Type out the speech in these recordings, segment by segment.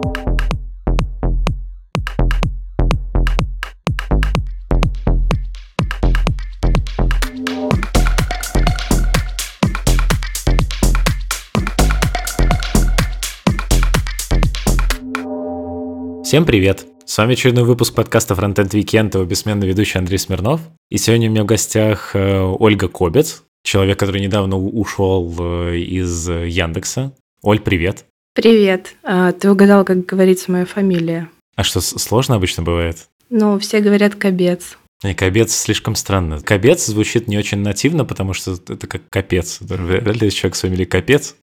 Всем привет! С вами очередной выпуск подкаста Frontend Weekend, его бессменный ведущий Андрей Смирнов. И сегодня у меня в гостях Ольга Кобец, человек, который недавно ушел из Яндекса. Оль, привет! Привет! Ты угадал, как говорится моя фамилия. А что, сложно обычно бывает? Ну, все говорят Кобец. И Кобец слишком странно. Кобец звучит не очень нативно, потому что это как капец. Вряд ли есть человек с фамилией Капец.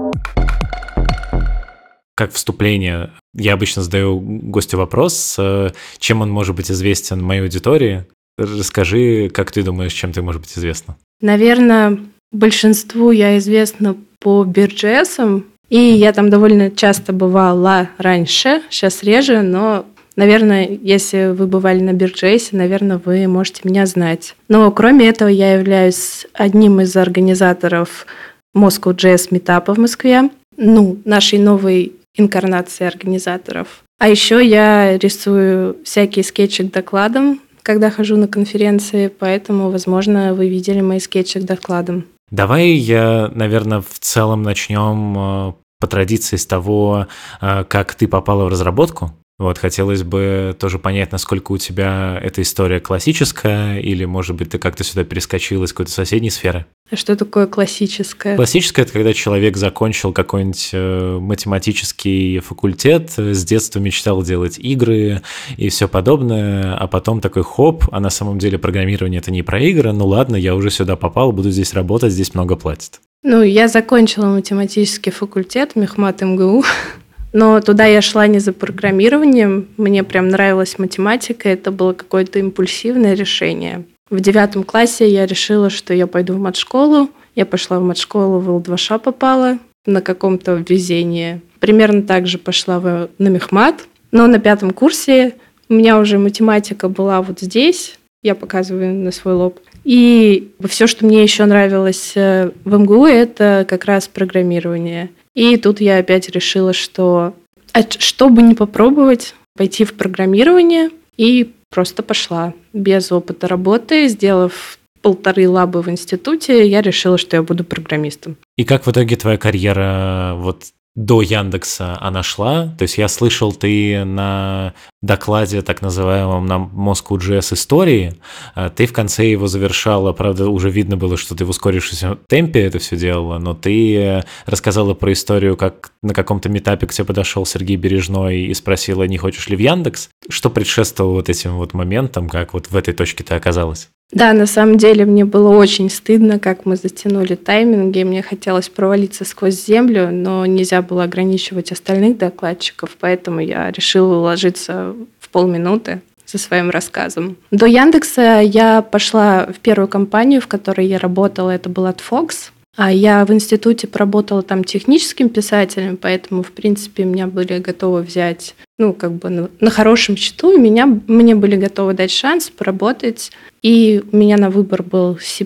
Как вступление, я обычно задаю гостю вопрос, чем он может быть известен моей аудитории. Расскажи, как ты думаешь, чем ты можешь быть известна? Наверное, большинству я известна по Бирджесам, и я там довольно часто бывала раньше, сейчас реже, но, наверное, если вы бывали на Бирджесе, наверное, вы можете меня знать. Но кроме этого, я являюсь одним из организаторов Moscow Jazz Meetup в Москве, нашей новой инкарнации организаторов. А еще я рисую всякие скетчи к докладам, когда хожу на конференции, поэтому, возможно, вы видели мои скетчи к докладам. Давай, наверное, в целом начнем по традиции с того, как ты попала в разработку. Вот, хотелось бы тоже понять, насколько у тебя эта история классическая, или, может быть, ты как-то сюда перескочила из какой-то соседней сферы? А что такое классическое? Классическое – это когда человек закончил какой-нибудь математический факультет, с детства мечтал делать игры и все подобное, а потом такой хоп, а на самом деле программирование – это не про игры, ну ладно, я уже сюда попал, буду здесь работать, здесь много платят. Я закончила математический факультет, Мехмат МГУ. Но туда я шла не за программированием, мне прям нравилась математика, это было какое-то импульсивное решение. В 9 классе я решила, что я пойду в матшколу. Я пошла в матшколу, в ЛДВШ попала на каком-то везении. Примерно так же пошла на Мехмат. Но на 5 курсе у меня уже математика была вот здесь. Я показываю на свой лоб. И все, что мне еще нравилось в МГУ, это как раз программирование. И тут я опять решила, что чтобы не попробовать, пойти в программирование, и просто пошла. Без опыта работы, сделав 1,5 лаба в институте, я решила, что я буду программистом. И как в итоге твоя карьера до Яндекса она шла? То есть я слышал, ты на докладе так называемом на Moscow Jazz истории, ты в конце его завершала, правда, уже видно было, что ты в ускорившемся темпе это все делала, но ты рассказала про историю, как на каком-то митапе к тебе подошел Сергей Бережной и спросил, не хочешь ли в Яндекс? Что предшествовало этим моментам, как в этой точке ты оказалась? Да, на самом деле мне было очень стыдно, как мы затянули тайминги. Мне хотелось провалиться сквозь землю, но нельзя было ограничивать остальных докладчиков, поэтому я решила уложиться в полминуты со своим рассказом. До Яндекса я пошла в первую компанию, в которой я работала, это был Adfox. А я в институте поработала там техническим писателем, поэтому, в принципе, меня были готовы взять, на хорошем счету, и мне были готовы дать шанс поработать. И у меня на выбор был C++,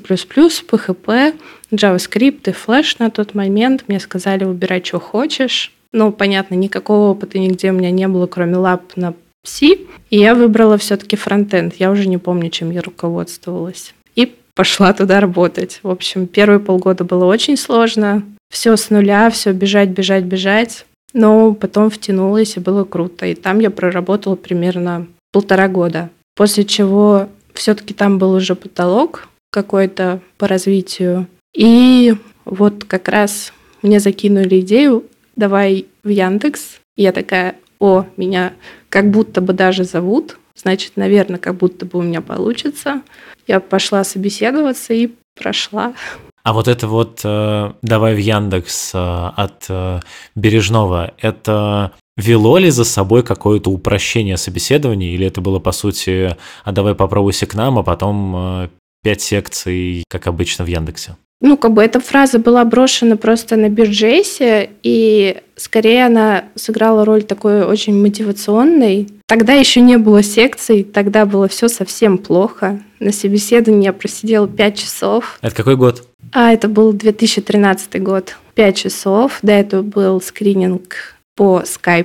PHP, JavaScript и Flash на тот момент. Мне сказали, выбирай, что хочешь. Понятно, никакого опыта нигде у меня не было, кроме лаб на C. И я выбрала все-таки фронтенд. Я уже не помню, чем я руководствовалась. И пошла туда работать. В общем, первые полгода было очень сложно. Все с нуля, все бежать. Но потом втянулась, и было круто. И там я проработала примерно 1,5 года. После чего все-таки там был уже потолок какой-то по развитию. И как раз мне закинули идею, давай в Яндекс. И я такая, меня как будто бы даже зовут. Значит, наверное, как будто бы у меня получится. Я пошла собеседоваться и прошла. А это «давай в Яндекс» от Бережного, это вело ли за собой какое-то упрощение собеседований, или это было, по сути, давай попробуйся к нам, а потом 5 секций, как обычно в Яндексе? Эта фраза была брошена просто на Бирджесе, и скорее она сыграла роль такой очень мотивационной. Тогда еще не было секций, тогда было все совсем плохо. На собеседовании я просидела 5 часов. Это какой год? Это был 2013 год. 5 часов. До этого был скрининг по скайпу.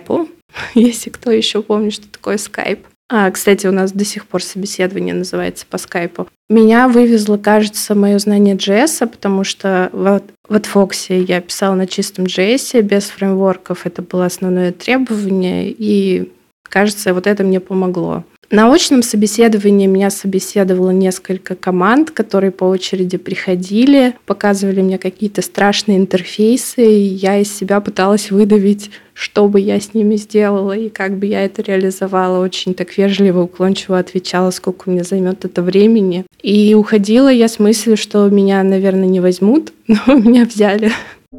если кто еще помнит, что такое Skype. Кстати, у нас до сих пор собеседование называется по скайпу. Меня вывезло, кажется, мое знание JS, потому что в Fox я писала на чистом JS, без фреймворков. Это было основное требование, и, кажется, вот это мне помогло. На очном собеседовании меня собеседовало несколько команд, которые по очереди приходили, показывали мне какие-то страшные интерфейсы, и я из себя пыталась выдавить, что бы я с ними сделала и как бы я это реализовала. Очень так вежливо, уклончиво отвечала, сколько мне займет это времени. И уходила я с мыслью, что меня, наверное, не возьмут, но меня взяли.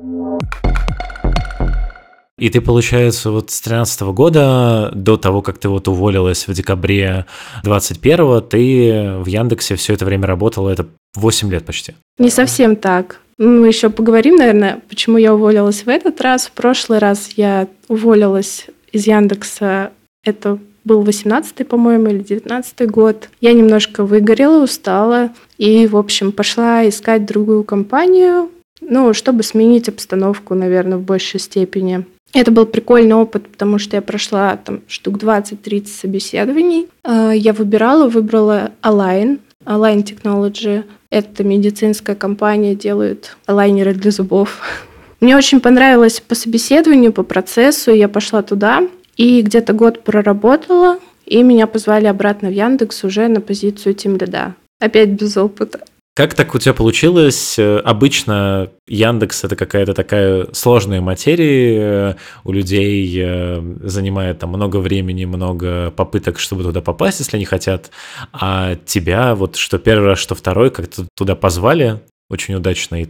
И ты, получается, вот с 2013 года, до того, как ты вот уволилась в декабре 2021, ты в Яндексе все это время работала, это 8 лет почти. Не совсем так. Мы еще поговорим, наверное, почему я уволилась в этот раз. В прошлый раз я уволилась из Яндекса, это был 18-й, по-моему, или 19-й год. Я немножко выгорела, устала и, в общем, пошла искать другую компанию, чтобы сменить обстановку, наверное, в большей степени. Это был прикольный опыт, потому что я прошла там штук 20-30 собеседований. Я выбрала Align Technology. Это медицинская компания, делает алайнеры для зубов. Мне очень понравилось по собеседованию, по процессу. Я пошла туда и где-то год проработала, и меня позвали обратно в Яндекс уже на позицию тимлида. Опять без опыта. Как так у тебя получилось? Обычно Яндекс – это какая-то такая сложная материя, у людей занимает там много времени, много попыток, чтобы туда попасть, если они хотят, а тебя вот что первый раз, что второй, как-то туда позвали очень удачно, и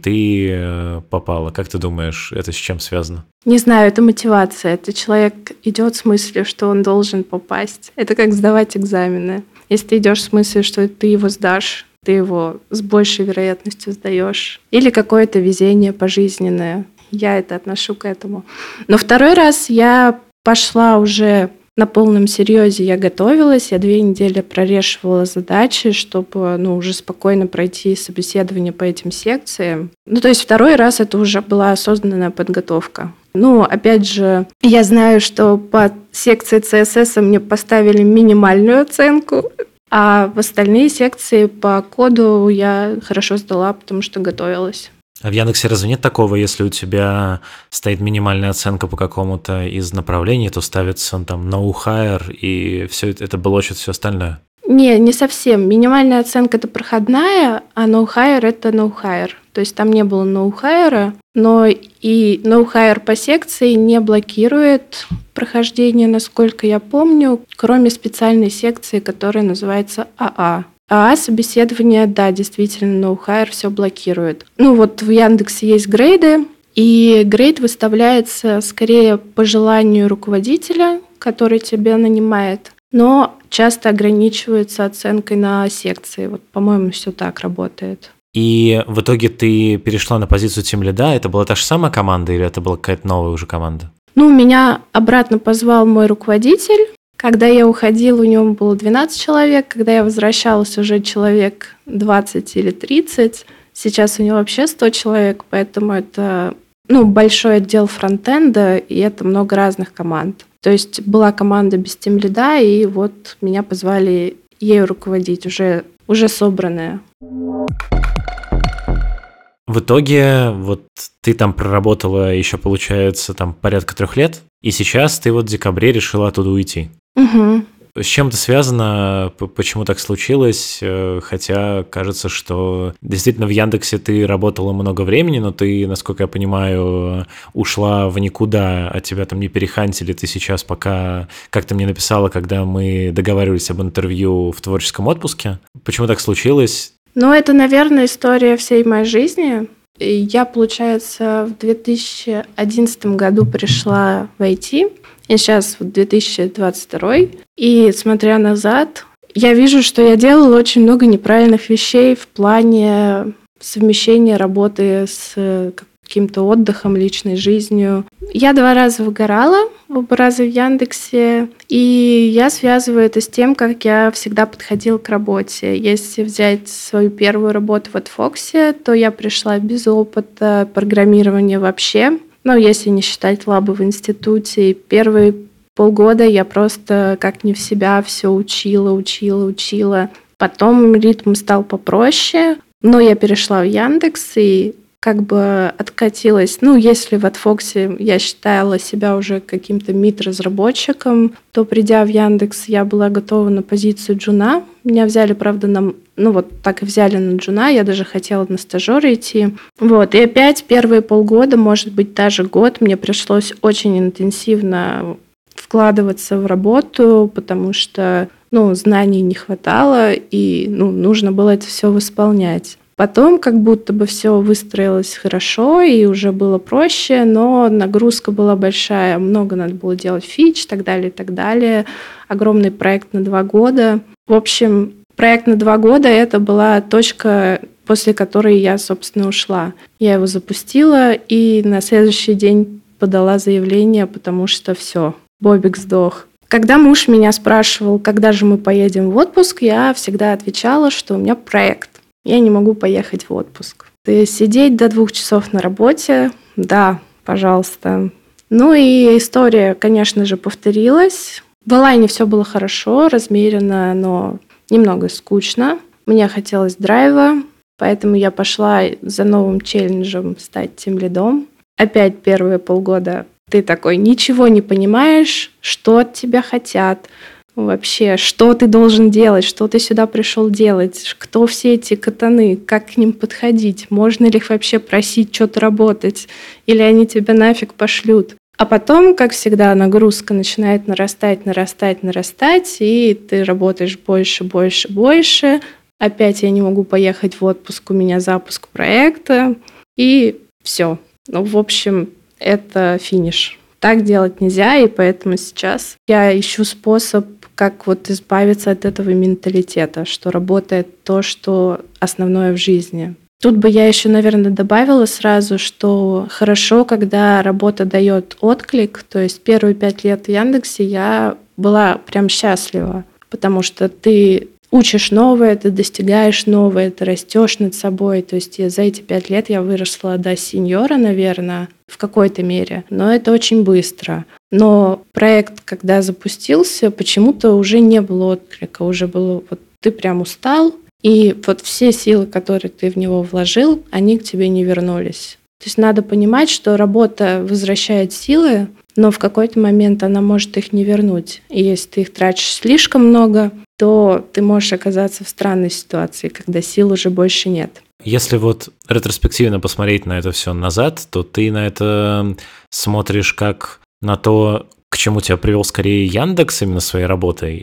ты попала. Как ты думаешь, это с чем связано? Не знаю, это мотивация. Это человек идет с мыслью, что он должен попасть. Это как сдавать экзамены. Если ты идешь с мыслью, что ты его сдашь, ты его с большей вероятностью сдаешь. Или какое-то везение пожизненное. Я это отношу к этому. Но второй раз я пошла уже на полном серьезе. Я готовилась, я 2 недели прорешивала задачи, чтобы уже спокойно пройти собеседование по этим секциям. То есть второй раз это уже была осознанная подготовка. Опять же, я знаю, что по секции CSS мне поставили минимальную оценку, а в остальные секции по коду я хорошо сдала, потому что готовилась. А в Яндексе разве нет такого, если у тебя стоит минимальная оценка по какому-то из направлений, то ставится там no hire, и все это блочит все остальное? Не совсем. Минимальная оценка – это проходная, а no hire – это no hire. То есть там не было no hire, но и no hire по секции не блокирует прохождение, насколько я помню, кроме специальной секции, которая называется АА. АА-собеседование, да, действительно, no hire все блокирует. В Яндексе есть грейды, и грейд выставляется скорее по желанию руководителя, который тебя нанимает, но часто ограничивается оценкой на секции. По-моему, все так работает. И в итоге ты перешла на позицию тимлида. Это была та же самая команда или это была какая-то новая уже команда? Меня обратно позвал мой руководитель. Когда я уходила, у него было 12 человек. Когда я возвращалась, уже человек 20 или 30. Сейчас у него вообще 100 человек, поэтому это большой отдел фронтенда, и это много разных команд. То есть была команда без тимлида, и вот меня позвали ею руководить, уже собранная. В итоге вот ты там проработала еще, получается, там порядка 3 лет, и сейчас ты в декабре решила оттуда уйти. Угу. С чем это связано? Почему так случилось? Хотя кажется, что действительно в Яндексе ты работала много времени, но ты, насколько я понимаю, ушла в никуда, а тебя там не перехантили. Ты сейчас пока, как ты мне написала, когда мы договаривались об интервью в творческом отпуске. Почему так случилось? Это, наверное, история всей моей жизни. Я, получается, в 2011 году пришла в IT, и сейчас 2022. И, смотря назад, я вижу, что я делала очень много неправильных вещей в плане совмещения работы с каким-то отдыхом, личной жизнью. Я 2 раза выгорала, оба раза в Яндексе, и я связываю это с тем, как я всегда подходила к работе. Если взять свою первую работу в Fox, то я пришла без опыта программирования вообще. Если не считать лабы в институте. Первый Полгода я просто как не в себя все учила. Потом ритм стал попроще, но я перешла в Яндекс и как бы откатилась. Ну, если в Адфоксе я считала себя уже каким-то мид-разработчиком, то, придя в Яндекс, я была готова на позицию джуна. Меня взяли, правда, так и взяли на джуна. Я даже хотела на стажера идти. Вот. И опять первые полгода, может быть, даже год, мне пришлось очень интенсивно вкладываться в работу, потому что знаний не хватало, и нужно было это все восполнять. Потом как будто бы все выстроилось хорошо, и уже было проще, но нагрузка была большая, много надо было делать фич, и так далее, и так далее. Огромный проект на 2 года. В общем, проект на 2 года – это была точка, после которой я, собственно, ушла. Я его запустила, и на следующий день подала заявление, потому что все, Бобик сдох. Когда муж меня спрашивал, когда же мы поедем в отпуск, я всегда отвечала, что у меня проект. Я не могу поехать в отпуск. То сидеть до 2 часов на работе, да, пожалуйста. Ну и история, конечно же, повторилась. В Алайне все было хорошо, размеренно, но немного скучно. Мне хотелось драйва, поэтому я пошла за новым челленджем стать тимлидом. Опять первые полгода ты такой ничего не понимаешь, что от тебя хотят, вообще, что ты должен делать, что ты сюда пришел делать, кто все эти катаны, как к ним подходить, можно ли их вообще просить что-то работать, или они тебя нафиг пошлют. А потом, как всегда, нагрузка начинает нарастать, и ты работаешь больше. Опять я не могу поехать в отпуск, у меня запуск проекта, и все. В общем, это финиш. Так делать нельзя, и поэтому сейчас я ищу способ, как избавиться от этого менталитета, что работает то, что основное в жизни. Тут бы я еще, наверное, добавила сразу, что хорошо, когда работа дает отклик. То есть первые 5 лет в Яндексе я была прям счастлива, потому что ты учишь новое, ты достигаешь новое, ты растешь над собой. То есть за эти 5 лет я выросла до сеньора, наверное, в какой-то мере. Но это очень быстро. Но проект, когда запустился, почему-то уже не было отклика. Уже было ты прям устал, и все силы, которые ты в него вложил, они к тебе не вернулись. То есть надо понимать, что работа возвращает силы, но в какой-то момент она может их не вернуть. И если ты их тратишь слишком много, то ты можешь оказаться в странной ситуации, когда сил уже больше нет. Если ретроспективно посмотреть на это все назад, то ты на это смотришь как на то, к чему тебя привел скорее Яндекс именно своей работой,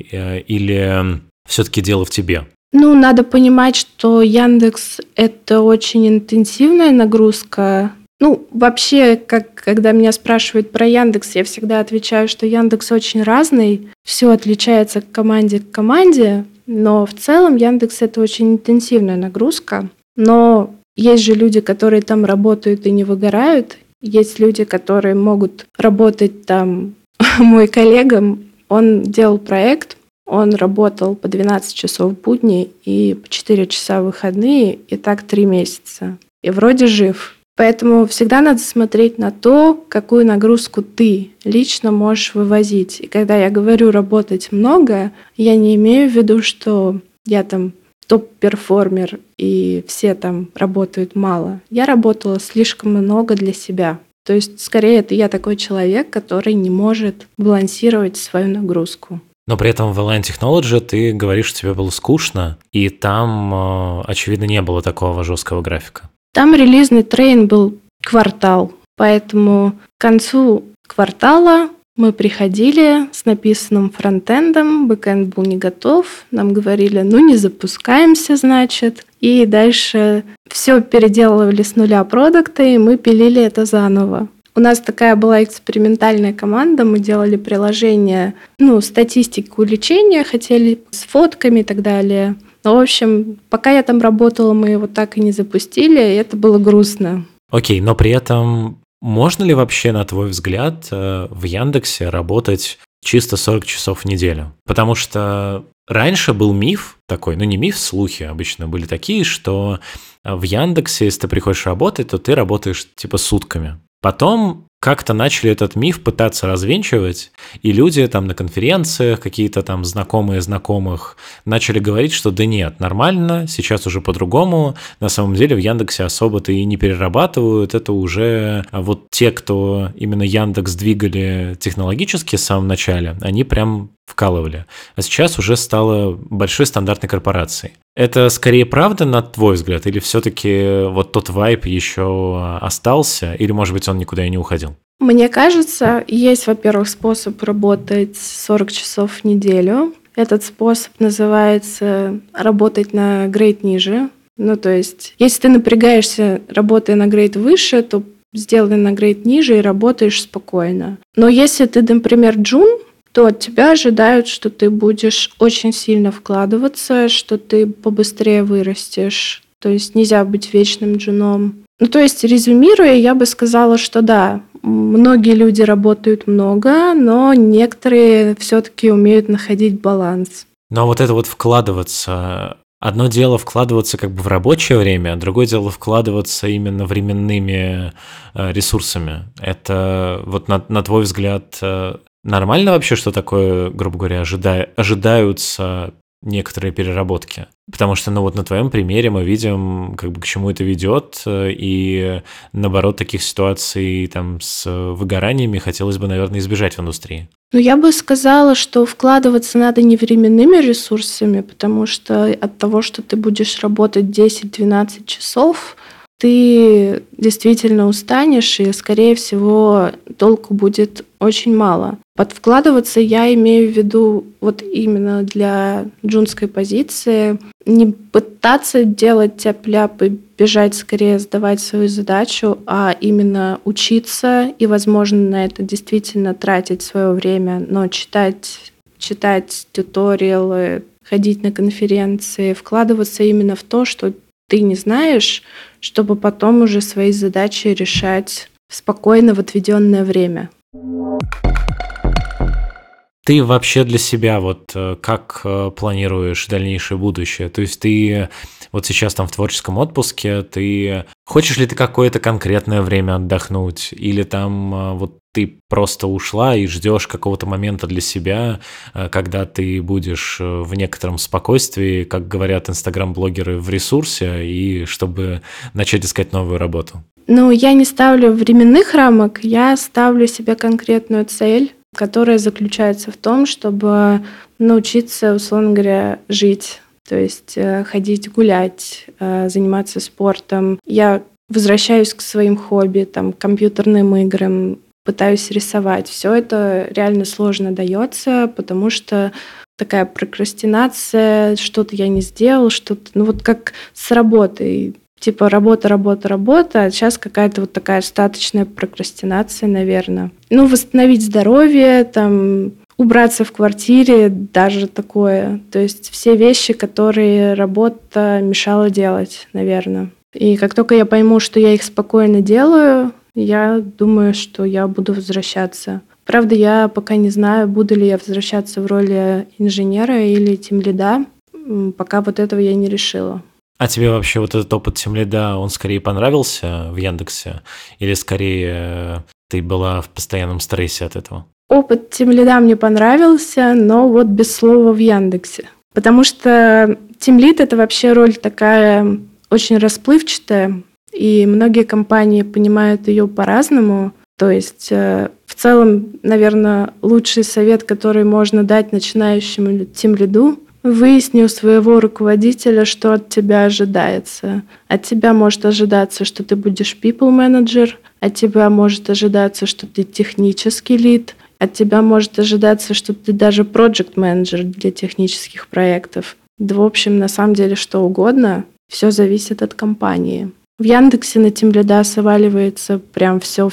или все-таки дело в тебе? Надо понимать, что Яндекс – это очень интенсивная нагрузка. Вообще, когда меня спрашивают про Яндекс, я всегда отвечаю, что Яндекс очень разный, все отличается к команде, но в целом Яндекс – это очень интенсивная нагрузка. Но есть же люди, которые там работают и не выгорают, есть люди, которые могут работать там. Мой коллега, он делал проект, он работал по 12 часов в будни и по 4 часа в выходные, и так 3 месяца. И вроде жив. Поэтому всегда надо смотреть на то, какую нагрузку ты лично можешь вывозить. И когда я говорю работать много, я не имею в виду, что я там топ-перформер и все там работают мало. Я работала слишком много для себя. То есть, скорее, это я такой человек, который не может балансировать свою нагрузку. Но при этом в Align Technology ты говоришь, что тебе было скучно, и там, очевидно, не было такого жесткого графика. Там релизный трейн был квартал, поэтому к концу квартала мы приходили с написанным фронтендом, бэкэнд был не готов, нам говорили, не запускаемся, значит, и дальше все переделывали с нуля продукта, и мы пилили это заново. У нас такая была экспериментальная команда, мы делали приложение, статистику лечения, хотели с фотками и так далее. Но, в общем, пока я там работала, мы его так и не запустили, и это было грустно. Окей, но при этом можно ли вообще, на твой взгляд, в Яндексе работать чисто 40 часов в неделю? Потому что раньше был миф такой, не миф, слухи обычно были такие, что в Яндексе, если ты приходишь работать, то ты работаешь типа сутками. Потом как-то начали этот миф пытаться развенчивать, и люди там на конференциях, какие-то там знакомые знакомых, начали говорить, что да нет, нормально, сейчас уже по-другому, на самом деле в Яндексе особо-то и не перерабатывают, это уже вот те, кто именно Яндекс двигали технологически в самом начале, они прям вкалывали. А сейчас уже стало большой стандартной корпорацией. Это скорее правда, на твой взгляд, или все-таки вот тот вайб еще остался, или, может быть, он никуда и не уходил? Мне кажется, есть, во-первых, способ работать 40 часов в неделю. Этот способ называется работать на грейд ниже. Ну, то есть, если ты напрягаешься, работая на грейд выше, то сделай на грейд ниже и работаешь спокойно. Но если ты, например, джун, то от тебя ожидают, что ты будешь очень сильно вкладываться, что ты побыстрее вырастешь. То есть нельзя быть вечным джуном. Ну, то есть, резюмируя, я бы сказала, что да, многие люди работают много, но некоторые все-таки умеют находить баланс. Но вот это вот вкладываться... Одно дело вкладываться как бы в рабочее время, а другое дело вкладываться именно временными ресурсами. Это вот на твой взгляд нормально вообще, что такое, грубо говоря, ожидаются некоторые переработки? Потому что, ну вот на твоем примере мы видим, как бы к чему это ведет, и наоборот таких ситуаций там с выгораниями хотелось бы, наверное, избежать в индустрии. Ну, я бы сказала, что вкладываться надо не временными ресурсами, потому что от того, что ты будешь работать 10-12 часов, ты действительно устанешь, и, скорее всего, толку будет очень мало. Под вкладываться я имею в виду вот именно для джунской позиции не пытаться делать тяп-ляп и бежать скорее сдавать свою задачу, а именно учиться и, возможно, на это действительно тратить свое время, но читать туториалы, ходить на конференции, вкладываться именно в то, что ты не знаешь, чтобы потом уже свои задачи решать спокойно в отведенное время. Ты вообще для себя вот как планируешь дальнейшее будущее? То есть ты вот сейчас там в творческом отпуске, ты хочешь ли ты какое-то конкретное время отдохнуть? Или там вот ты просто ушла и ждешь какого-то момента для себя, когда ты будешь в некотором спокойствии, как говорят инстаграм-блогеры, в ресурсе, и чтобы начать искать новую работу? Ну, я не ставлю временных рамок, я ставлю себе конкретную цель, которая заключается в том, чтобы научиться, условно говоря, жить, то есть ходить гулять, заниматься спортом. Я возвращаюсь к своим хобби, там, компьютерным играм, пытаюсь рисовать. Все это реально сложно дается, потому что такая прокрастинация, что-то я не сделал, что-то, ну вот как с работой. Типа работа, а сейчас какая-то вот такая остаточная прокрастинация, наверное. Ну, восстановить здоровье, там, убраться в квартире, даже такое. То есть все вещи, которые работа мешала делать, наверное. И как только я пойму, что я их спокойно делаю, я думаю, что я буду возвращаться. Правда, я пока не знаю, буду ли я возвращаться в роли инженера или тимлида. Пока вот этого я не решила. А тебе вообще вот этот опыт тимлида, он скорее понравился в Яндексе? Или скорее ты была в постоянном стрессе от этого? Опыт тимлида мне понравился, но вот без слова в Яндексе. Потому что тимлид — это вообще роль такая очень расплывчатая, и многие компании понимают ее по-разному. То есть в целом, наверное, лучший совет, который можно дать начинающему тимлиду: выясни у своего руководителя, что от тебя ожидается. От тебя может ожидаться, что ты будешь people manager, от тебя может ожидаться, что ты технический лид, от тебя может ожидаться, что ты даже project manager для технических проектов. Да, в общем, на самом деле, что угодно. Все зависит от компании. В Яндексе на тимлида сваливается прям все.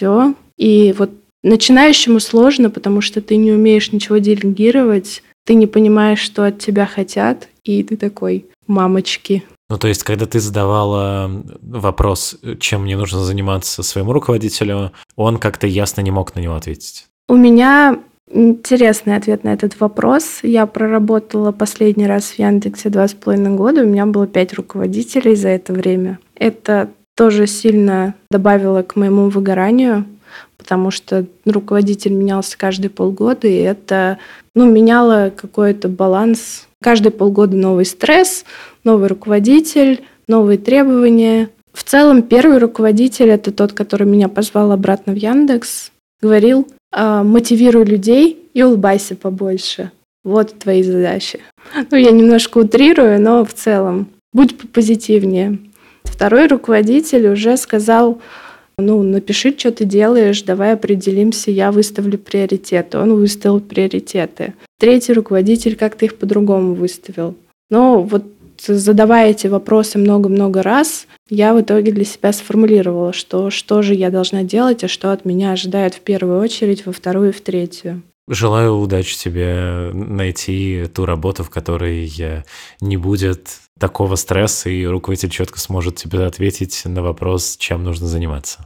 И вот начинающему сложно, потому что ты не умеешь ничего делегировать, ты не понимаешь, что от тебя хотят, и ты такой: мамочки. Ну, то есть, когда ты задавала вопрос, чем мне нужно заниматься своему руководителю, он как-то ясно не мог на него ответить? У меня интересный ответ на этот вопрос. Я проработала последний раз в Яндексе 2,5 года, у меня было 5 руководителей за это время. Это тоже сильно добавило к моему выгоранию, потому что руководитель менялся каждые полгода, и это меняло какой-то баланс. Каждые полгода новый стресс, новый руководитель, новые требования. В целом, первый руководитель, это тот, который меня позвал обратно в Яндекс, говорил: мотивируй людей и улыбайся побольше. Вот твои задачи. Я немножко утрирую, но в целом будь попозитивнее. Второй руководитель уже сказал: напиши, что ты делаешь, давай определимся, я выставлю приоритеты. Он выставил приоритеты. Третий руководитель как-то их по-другому выставил. Но задавая эти вопросы много-много раз, я в итоге для себя сформулировала, что же я должна делать, а что от меня ожидают в первую очередь, во вторую и в третью. Желаю удачи тебе найти ту работу, в которой не будет такого стресса, и руководитель четко сможет тебе ответить на вопрос, чем нужно заниматься.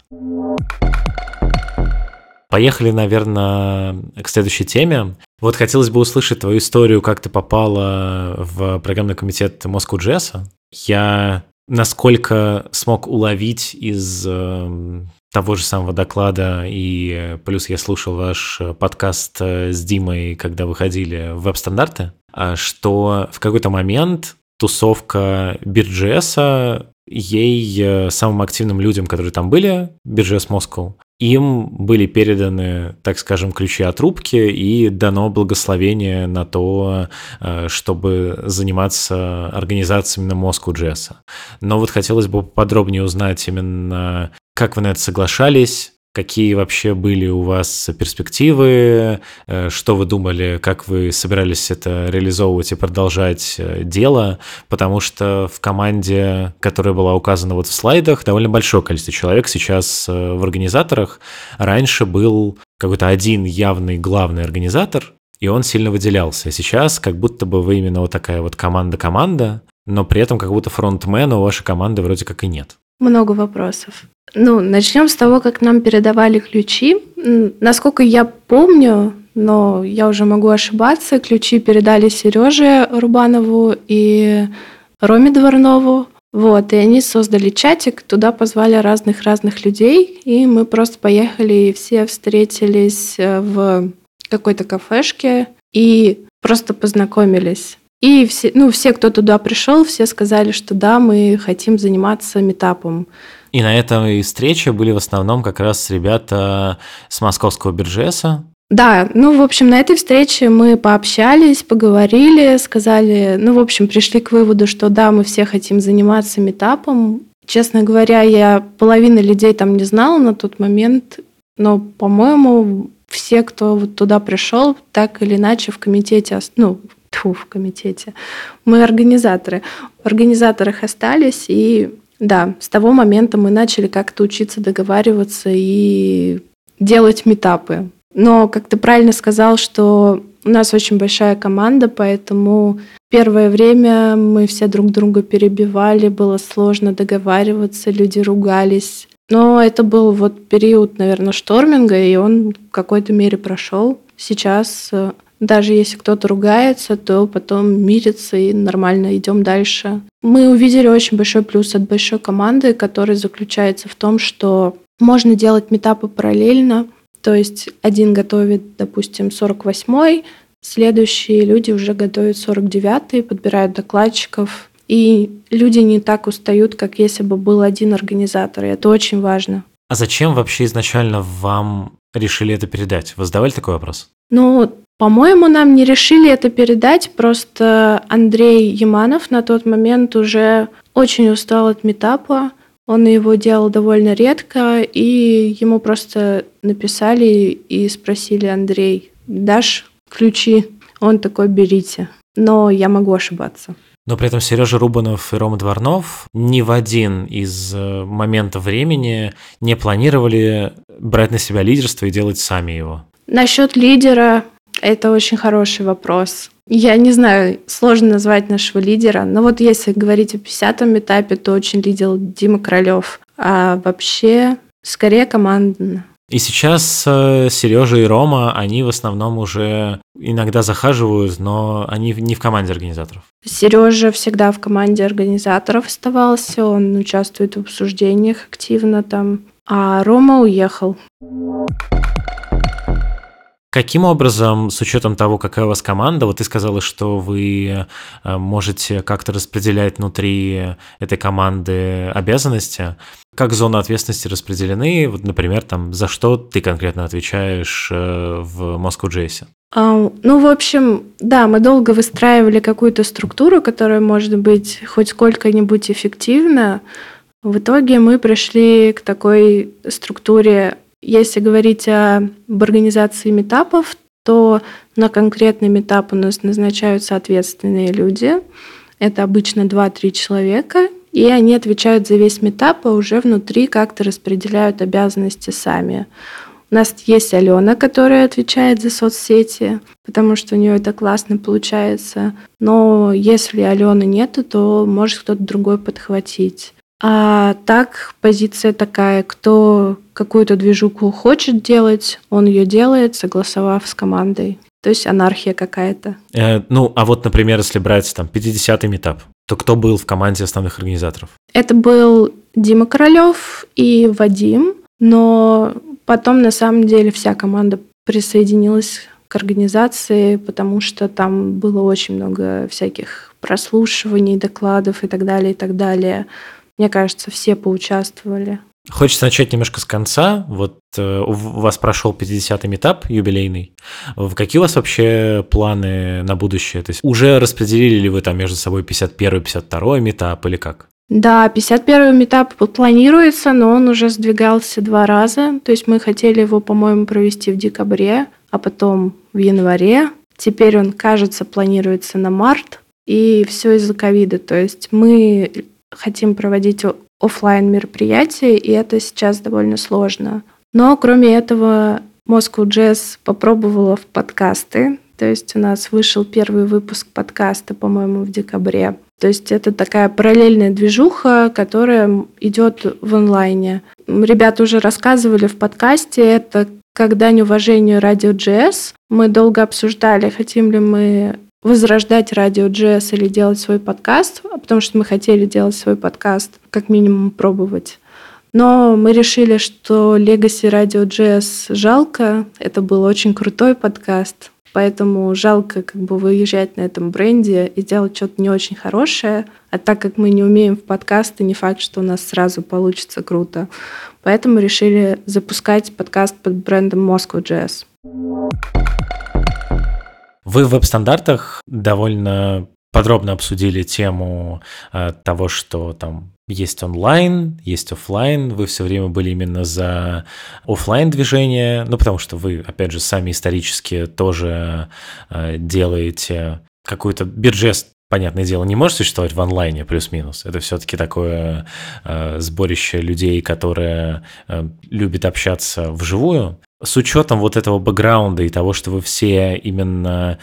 Поехали, наверное, к следующей теме. Хотелось бы услышать твою историю, как ты попала в программный комитет Moscow.js. Я, насколько смог уловить из того же самого доклада, и плюс я слушал ваш подкаст с Димой, когда выходили в веб-стандарты, что в какой-то момент тусовка Бирд.js, ей, самым активным людям, которые там были, Бирд.js Moscow, им были переданы, так скажем, ключи от рубки и дано благословение на то, чтобы заниматься организацией именно Moscow.js. Но хотелось бы подробнее узнать именно, как вы на это соглашались, какие вообще были у вас перспективы, что вы думали, как вы собирались это реализовывать и продолжать дело, потому что в команде, которая была указана в слайдах, довольно большое количество человек сейчас в организаторах. Раньше был какой-то один явный главный организатор, и он сильно выделялся. А сейчас как будто бы вы именно такая команда-команда, но при этом как будто фронтмена у вашей команды вроде как и нет. Много вопросов. Начнем с того, как нам передавали ключи. Насколько я помню, но я уже могу ошибаться, ключи передали Сереже Рубанову и Роме Дворнову. И они создали чатик, туда позвали разных людей, и мы просто поехали, и все встретились в какой-то кафешке и просто познакомились. И все, кто туда пришел, все сказали, что да, мы хотим заниматься митапом. И на этой встрече были в основном как раз ребята с московского Бирд.js. Да, на этой встрече мы пообщались, поговорили, сказали, пришли к выводу, что да, мы все хотим заниматься митапом. Честно говоря, я половины людей там не знала на тот момент, но, по-моему, все, кто туда пришел, так или иначе в комитете, в комитете, мы организаторы. В организаторах остались, и да, с того момента мы начали как-то учиться договариваться и делать митапы. Но, как ты правильно сказал, что у нас очень большая команда, поэтому первое время мы все друг друга перебивали, было сложно договариваться, люди ругались. Но это был период, наверное, шторминга, и он в какой-то мере прошел. Сейчас даже если кто-то ругается, то потом мирится и нормально идем дальше. Мы увидели очень большой плюс от большой команды, который заключается в том, что можно делать митапы параллельно. То есть один готовит, допустим, 48-й, следующие люди уже готовят 49-й, подбирают докладчиков. И люди не так устают, как если бы был один организатор. И это очень важно. А зачем вообще изначально вам решили это передать? Вы задавали такой вопрос? По-моему, нам не решили это передать, просто Андрей Яманов на тот момент уже очень устал от митапа, он его делал довольно редко, и ему просто написали и спросили: Андрей, дашь ключи? Он такой: берите. Но я могу ошибаться. Но при этом Сережа Рубанов и Рома Дворнов ни в один из моментов времени не планировали брать на себя лидерство и делать сами его. Насчет лидера это очень хороший вопрос. Я не знаю, сложно назвать нашего лидера, но если говорить о 50-м этапе, то очень лидер Дима Королёв. А вообще, скорее командно. И сейчас Сережа и Рома, они в основном уже иногда захаживают, но они не в команде организаторов. Сережа всегда в команде организаторов оставался, он участвует в обсуждениях активно там. а Рома уехал. Каким образом, с учетом того, какая у вас команда, вот ты сказала, что вы можете как-то распределять внутри этой команды обязанности, как зоны ответственности распределены, вот, например, там, за что ты конкретно отвечаешь в Moscow.js? Ну, в общем, да, мы долго выстраивали какую-то структуру, которая может быть хоть сколько-нибудь эффективна. В итоге мы пришли к такой структуре. Если говорить об организации митапов, то на конкретный митап у нас назначаются ответственные люди. Это обычно 2-3 человека, и они отвечают за весь митап, а уже внутри как-то распределяют обязанности сами. У нас есть Алена, которая отвечает за соцсети, потому что у нее это классно получается. Но если Алены нету, то может кто-то другой подхватить. А так позиция такая, кто какую-то движуху хочет делать, он ее делает, согласовав с командой. То есть анархия какая-то. А вот, например, если брать там 50-й митап, то кто был в команде основных организаторов? Это был Дима Королёв и Вадим, но потом на самом деле вся команда присоединилась к организации, потому что там было очень много всяких прослушиваний, докладов и так далее, и так далее. Мне кажется, все поучаствовали. Хочется начать немножко с конца. Вот у вас прошел 50-й митап юбилейный. Какие у вас вообще планы на будущее? То есть уже распределили ли вы там между собой 51-й, 52-й митап или как? Да, 51-й митап планируется, но он уже сдвигался 2 раза. То есть мы хотели его, по-моему, провести в декабре, а потом в январе. Теперь он, кажется, планируется на март. И все из-за ковида. То есть мы хотим проводить офлайн мероприятия, и это сейчас довольно сложно. Но кроме этого Moscow.js попробовала в подкасты. То есть у нас вышел первый выпуск подкаста, по-моему, в декабре. То есть это такая параллельная движуха, которая идет в онлайне. Ребята уже рассказывали в подкасте, это «Как дань уважению Радио.js». Мы долго обсуждали, хотим ли мы возрождать Радио.js или делать свой подкаст, потому что мы хотели делать свой подкаст, как минимум пробовать. Но мы решили, что Legacy Радио.js жалко. Это был очень крутой подкаст, поэтому жалко выезжать на этом бренде и делать что-то не очень хорошее. А так как мы не умеем в подкасты, не факт, что у нас сразу получится круто. Поэтому решили запускать подкаст под брендом Moscow.js. Вы в веб-стандартах довольно подробно обсудили тему того, что там есть онлайн, есть офлайн. Вы все время были именно за офлайн движение, потому что вы, опять же, сами исторически тоже делаете какую-то биржест. Понятное дело, не может существовать в онлайне плюс-минус. Это все-таки такое сборище людей, которые любят общаться вживую. С учетом вот этого бэкграунда и того, что вы все именно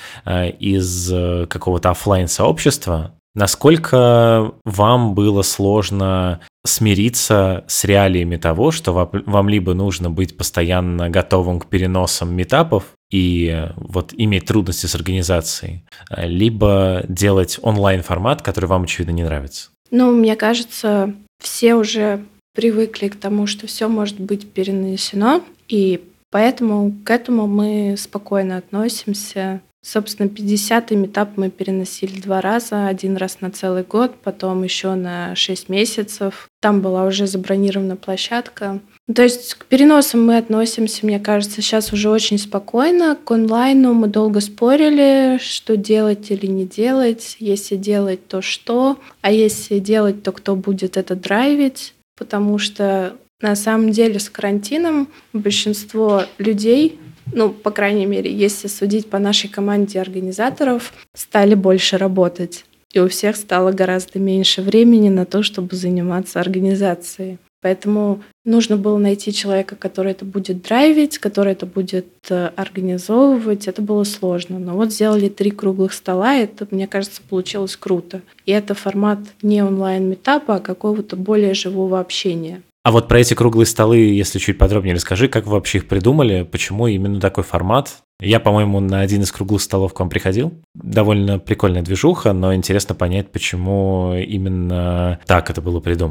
из какого-то офлайн-сообщества, насколько вам было сложно смириться с реалиями того, что вам либо нужно быть постоянно готовым к переносам митапов и вот иметь трудности с организацией, либо делать онлайн-формат, который вам, очевидно, не нравится? Мне кажется, все уже привыкли к тому, что все может быть перенесено, и поэтому к этому мы спокойно относимся. Собственно, 50-й митап мы переносили 2 раза. 1 раз на целый год, потом еще на 6 месяцев. Там была уже забронирована площадка. То есть к переносам мы относимся, мне кажется, сейчас уже очень спокойно. К онлайну мы долго спорили, что делать или не делать. Если делать, то что? А если делать, то кто будет это драйвить? Потому что на самом деле с карантином большинство людей, по крайней мере, если судить по нашей команде организаторов, стали больше работать. И у всех стало гораздо меньше времени на то, чтобы заниматься организацией. Поэтому нужно было найти человека, который это будет драйвить, который это будет организовывать. Это было сложно. Но вот сделали 3 круглых стола, и это, мне кажется, получилось круто. И это формат не онлайн-митапа, а какого-то более живого общения. А вот про эти круглые столы, если чуть подробнее расскажи, как вы вообще их придумали, почему именно такой формат? Я, по-моему, на один из круглых столов к вам приходил. Довольно прикольная движуха, но интересно понять, почему именно так это было придумано.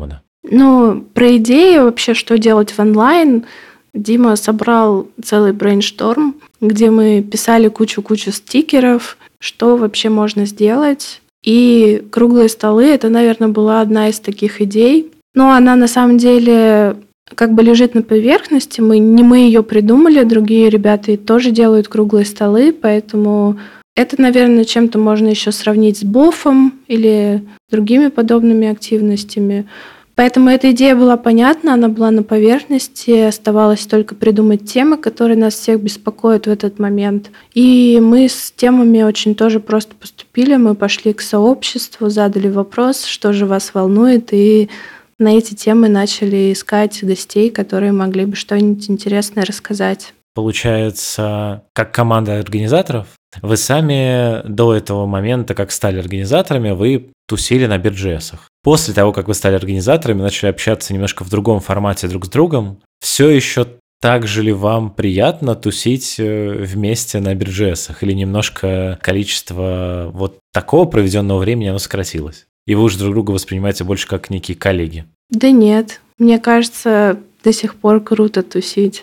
Ну, про идеи вообще, что делать в онлайн, Дима собрал целый брейншторм, где мы писали кучу-кучу стикеров, что вообще можно сделать. И круглые столы — это, наверное, была одна из таких идей. Но она на самом деле как бы лежит на поверхности. Не мы ее придумали, другие ребята тоже делают круглые столы, поэтому это, наверное, чем-то можно еще сравнить с бофом или другими подобными активностями. Поэтому эта идея была понятна, она была на поверхности, оставалось только придумать темы, которые нас всех беспокоят в этот момент. И мы с темами очень тоже просто поступили, мы пошли к сообществу, задали вопрос, что же вас волнует, и на эти темы начали искать гостей, которые могли бы что-нибудь интересное рассказать. Получается, как команда организаторов, вы сами до этого момента, как стали организаторами, вы тусили на Бирд.js. После того, как вы стали организаторами, начали общаться немножко в другом формате друг с другом, все еще так же ли вам приятно тусить вместе на Бирд.js? Или немножко количество вот такого проведенного времени оно сократилось? И вы уже друг друга воспринимаете больше как некие коллеги? Да нет, мне кажется, до сих пор круто тусить.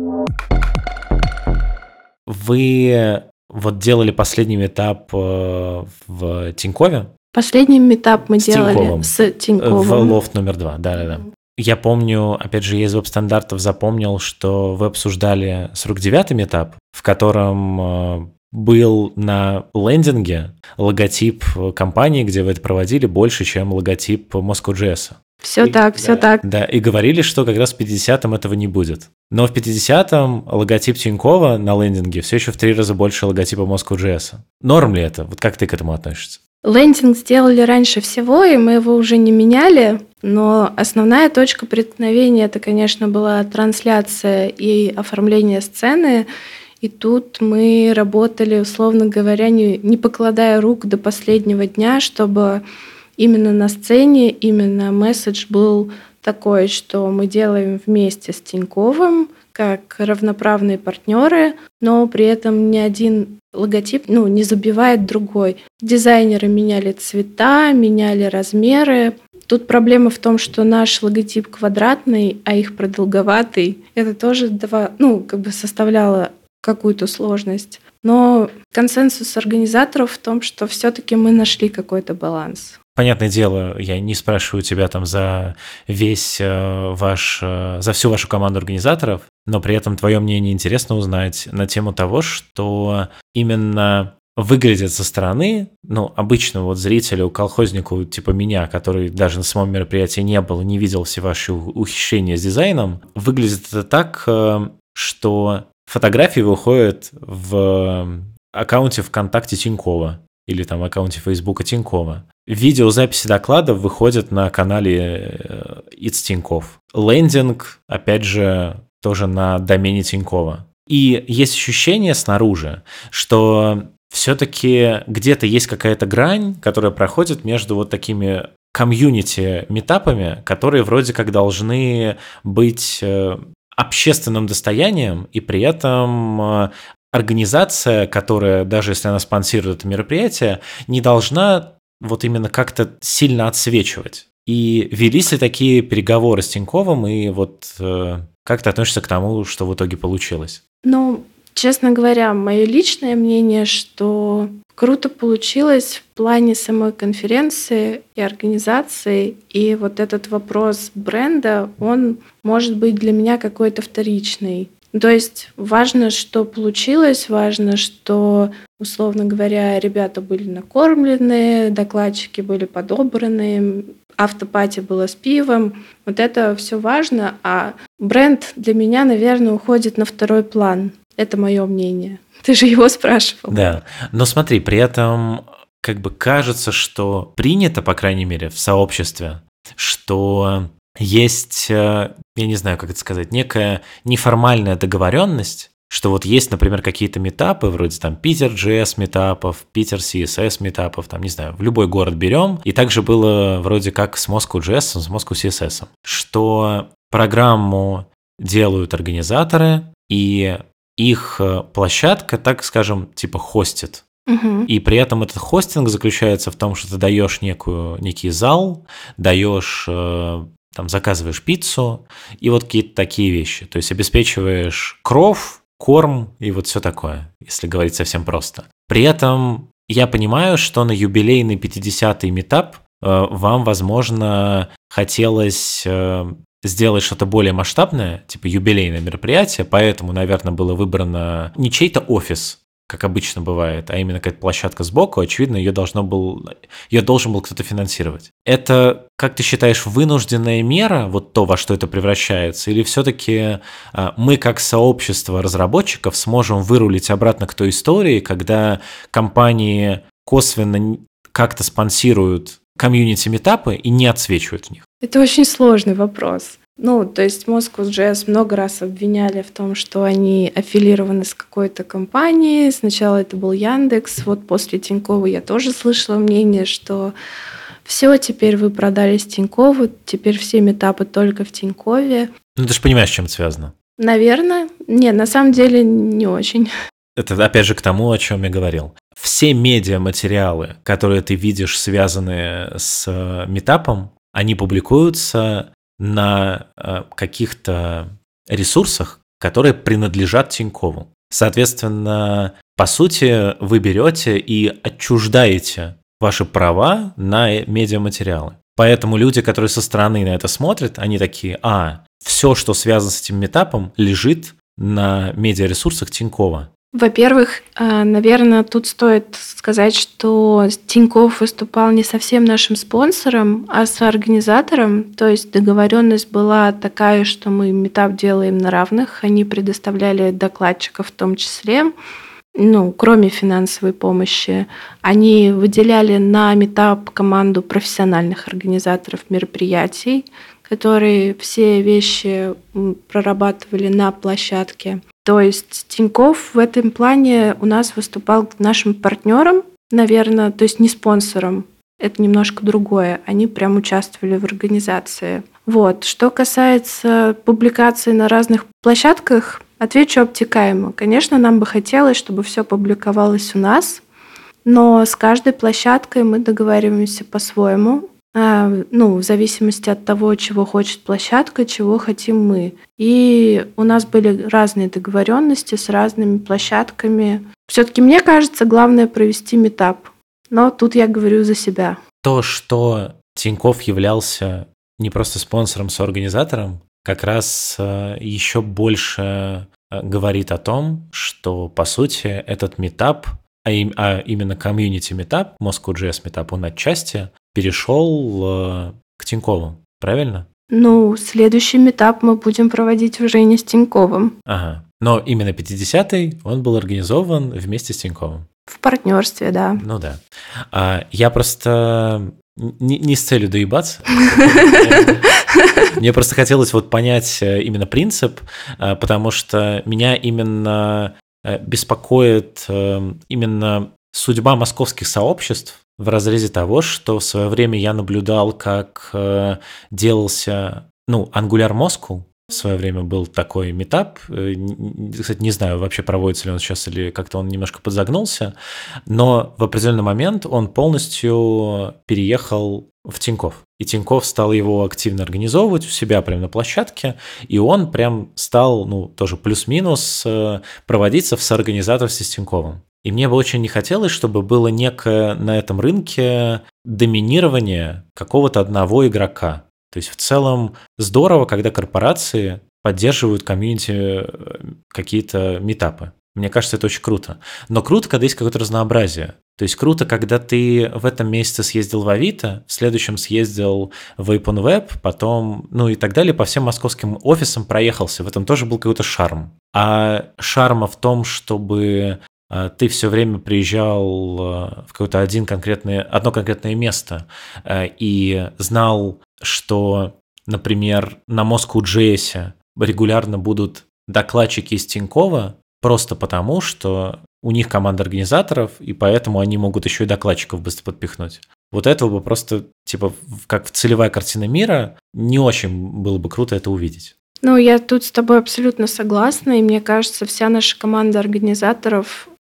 Вы вот делали последний митап в Тинькове? Последний митап мы делали Тиньковым. с Тиньковым. В лофт номер 2, да. Я помню, опять же, я из веб-стандартов запомнил, что вы обсуждали 49-й митап, в котором был на лендинге логотип компании, где вы это проводили, больше, чем логотип Moscow.js. Все так. Да, и говорили, что как раз в 50-м этого не будет. Но в 50-м логотип Тинькова на лендинге все еще в 3 раза больше логотипа Moscow.js. Норм ли это? Вот как ты к этому относишься? Лендинг сделали раньше всего, и мы его уже не меняли, но основная точка преткновения — это, конечно, была трансляция и оформление сцены, и тут мы работали, условно говоря, не покладая рук до последнего дня, чтобы именно на сцене, именно месседж был такой, что мы делаем вместе с Тиньковым, как равноправные партнеры, но при этом ни один логотип не забивает другой. Дизайнеры меняли цвета, меняли размеры. Тут проблема в том, что наш логотип квадратный, а их продолговатый. Это тоже составляло какую-то сложность. Но консенсус организаторов в том, что все-таки мы нашли какой-то баланс. Понятное дело, я не спрашиваю тебя там за за всю вашу команду организаторов, но при этом твое мнение интересно узнать на тему того, что именно выглядит со стороны, обычно вот зрителю, колхознику типа меня, который даже на самом мероприятии не был и не видел все ваши ухищрения с дизайном, выглядит это так, что фотографии выходят в аккаунте ВКонтакте Тинькова или там аккаунте Фейсбука Тинькова. Видеозаписи докладов выходят на канале It's Тиньков. Лендинг, опять же, тоже на домене Тинькова. И есть ощущение снаружи, что все-таки где-то есть какая-то грань, которая проходит между вот такими комьюнити-митапами, которые вроде как должны быть общественным достоянием, и при этом организация, которая, даже если она спонсирует это мероприятие, не должна вот именно как-то сильно отсвечивать. И велись ли такие переговоры с Тиньковым, и вот как ты относишься к тому, что в итоге получилось? Честно говоря, мое личное мнение, что круто получилось в плане самой конференции и организации, и вот этот вопрос бренда, он может быть для меня какой-то вторичный. То есть важно, что получилось, важно, что, условно говоря, ребята были накормлены, докладчики были подобраны, автопати было с пивом. Вот это все важно, а бренд для меня, наверное, уходит на второй план. Это мое мнение. Ты же его спрашивал. Да, но смотри, при этом как бы кажется, что принято, по крайней мере, в сообществе, что есть, я не знаю, как это сказать, некая неформальная договоренность, что вот есть, например, какие-то митапы, вроде там Питер.js митапов, Питер CSS митапов, там, не знаю, в любой город берем, и также было вроде как с Moscow.js, с Moscow CSS, что программу делают организаторы, и их площадка, так скажем, типа хостит. И при этом этот хостинг заключается в том, что ты даешь некий зал, даешь там заказываешь пиццу и вот какие-то такие вещи. То есть обеспечиваешь кров, корм и вот все такое, если говорить совсем просто. При этом я понимаю, что на юбилейный 50-й митап вам, возможно, хотелось сделать что-то более масштабное, типа юбилейное мероприятие, поэтому, наверное, было выбрано не чей-то офис, как обычно бывает, а именно какая-то площадка сбоку, очевидно, ее должен был кто-то финансировать. Это, как ты считаешь, вынужденная мера, вот то, во что это превращается, или все-таки мы, как сообщество разработчиков, сможем вырулить обратно к той истории, когда компании косвенно как-то спонсируют комьюнити-митапы и не отсвечивают в них? Это очень сложный вопрос. То есть Moscow.js много раз обвиняли в том, что они аффилированы с какой-то компанией. Сначала это был Яндекс. Вот после Тинькова я тоже слышала мнение, что все, теперь вы продались Тинькову, теперь все митапы только в Тинькове. Ты же понимаешь, с чем это связано. Наверное. Нет, на самом деле не очень. Это опять же к тому, о чем я говорил. Все медиаматериалы, которые ты видишь, связанные с митапом, они публикуются на каких-то ресурсах, которые принадлежат Тинькову. Соответственно, по сути, вы берете и отчуждаете ваши права на медиаматериалы. Поэтому люди, которые со стороны на это смотрят, они такие: все, что связано с этим митапом, лежит на медиаресурсах Тинькова. Во-первых, наверное, тут стоит сказать, что Тинькофф выступал не совсем нашим спонсором, а соорганизатором. То есть договоренность была такая, что мы митап делаем на равных. Они предоставляли докладчиков в том числе, кроме финансовой помощи. Они выделяли на митап команду профессиональных организаторов мероприятий, которые все вещи прорабатывали на площадке. То есть Тинькофф в этом плане у нас выступал нашим партнером, наверное, то есть не спонсором. Это немножко другое. Они прям участвовали в организации. Что касается публикаций на разных площадках, отвечу обтекаемо. Конечно, нам бы хотелось, чтобы все публиковалось у нас, но с каждой площадкой мы договариваемся по-своему. В зависимости от того, чего хочет площадка, чего хотим мы. И у нас были разные договоренности с разными площадками. Все-таки, мне кажется, главное провести митап. Но тут я говорю за себя. То, что Тинькофф являлся не просто спонсором, соорганизатором, как раз еще больше говорит о том, что, по сути, этот митап, а именно комьюнити митап, Moscow.js митап, он отчасти перешел к Тинькову, правильно? Следующий митап мы будем проводить уже не с Тиньковым. Ага. Но именно 50-й он был организован вместе с Тиньковым. В партнерстве, да. Да. Я просто не с целью доебаться. Мне просто хотелось понять именно принцип, потому что меня именно беспокоит именно судьба московских сообществ в разрезе того, что в свое время я наблюдал, как делался, Angular Moscow. В свое время был такой митап. Кстати, не знаю, вообще проводится ли он сейчас или как-то он немножко подзагнулся, но в определенный момент он полностью переехал в Тинькофф. И Тинькофф стал его активно организовывать у себя прямо на площадке, и он прям стал, тоже плюс-минус проводиться в соорганизаторстве с Тиньковым. И мне бы очень не хотелось, чтобы было некое на этом рынке доминирование какого-то одного игрока. То есть в целом здорово, когда корпорации поддерживают комьюнити какие-то митапы. Мне кажется, это очень круто. Но круто, когда есть какое-то разнообразие. То есть круто, когда ты в этом месяце съездил в Авито, в следующем съездил в OpenWeb, потом, и так далее, по всем московским офисам проехался. В этом тоже был какой-то шарм. А шарма в том, чтобы ты все время приезжал в какое-то одно конкретное место и знал, что, например, на Moscow.js регулярно будут докладчики из Тинькова, просто потому, что у них команда организаторов, и поэтому они могут еще и докладчиков быстро подпихнуть. Вот этого бы просто, как целевая картина мира, не очень было бы круто это увидеть. Я тут с тобой абсолютно согласна, и мне кажется, вся наша команда организаторов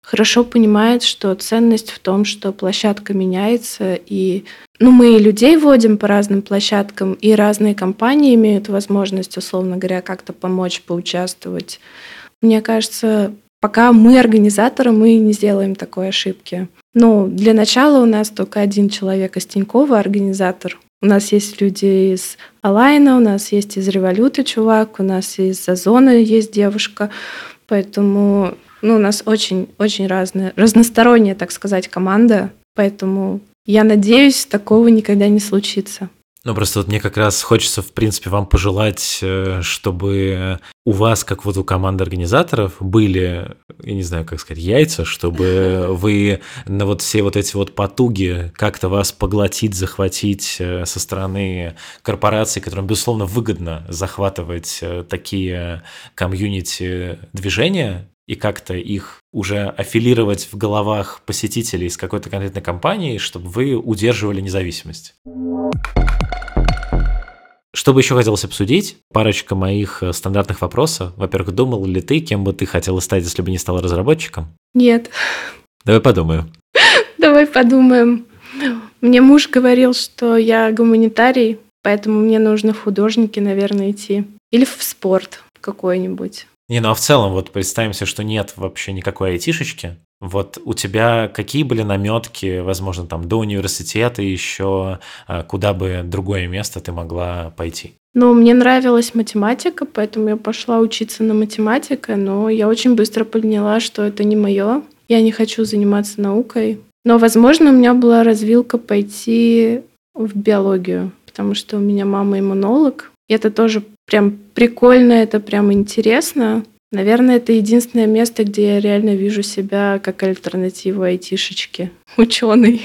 хорошо понимает, что ценность в том, что площадка меняется, и мы и людей вводим по разным площадкам, и разные компании имеют возможность, условно говоря, как-то помочь, поучаствовать. Мне кажется, пока мы организаторы, мы не сделаем такой ошибки. Для начала у нас только один человек из Тинькова организатор. У нас есть люди из Алайна, у нас есть из Революта чувак, у нас из Озона есть девушка. Поэтому у нас очень разносторонняя, так сказать, команда. Поэтому я надеюсь, такого никогда не случится. Просто мне как раз хочется, в принципе, вам пожелать, чтобы у вас, как у команды организаторов, были, я не знаю, как сказать, яйца, чтобы вы на все эти потуги как-то вас поглотить, захватить со стороны корпораций, которым, безусловно, выгодно захватывать такие комьюнити-движения, и как-то их уже аффилировать в головах посетителей с какой-то конкретной компанией, чтобы вы удерживали независимость. Что бы еще хотелось обсудить? Парочка моих стандартных вопросов. Во-первых, думал ли ты, кем бы ты хотела стать, если бы не стала разработчиком? Нет. Давай подумаем. Давай подумаем. Мне муж говорил, что я гуманитарий, поэтому мне нужно в художники, наверное, идти. Или в спорт какой-нибудь. А в целом, представим себе, что нет вообще никакой айтишечки. У тебя какие были наметки, возможно, до университета еще, куда бы другое место ты могла пойти? Мне нравилась математика, поэтому я пошла учиться на математика, но я очень быстро поняла, что это не мое. Я не хочу заниматься наукой. Но, возможно, у меня была развилка пойти в биологию, потому что у меня мама иммунолог. И это тоже прям прикольно, это прям интересно. Наверное, это единственное место, где я реально вижу себя как альтернативу айтишечке, ученый.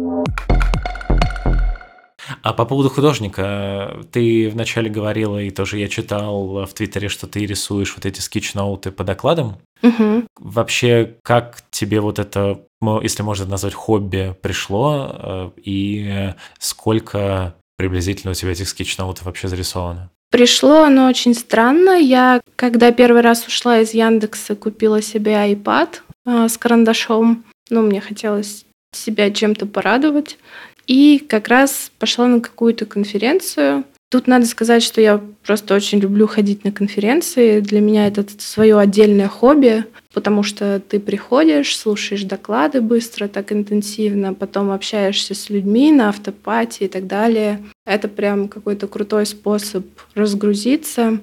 А по поводу художника, ты вначале говорила, и тоже я читал в Твиттере, что ты рисуешь эти скетчноуты по докладам. Угу. Вообще, как тебе это, если можно назвать хобби, пришло, и сколько приблизительно у тебя этих скетчноутов вообще зарисовано? Пришло оно очень странно. Я, когда первый раз ушла из Яндекса, купила себе iPad с карандашом. Мне хотелось себя чем-то порадовать. И как раз пошла на какую-то конференцию. Тут надо сказать, что я просто очень люблю ходить на конференции. Для меня это свое отдельное хобби, потому что ты приходишь, слушаешь доклады быстро, так интенсивно, потом общаешься с людьми на автопати и так далее. Это прям какой-то крутой способ разгрузиться.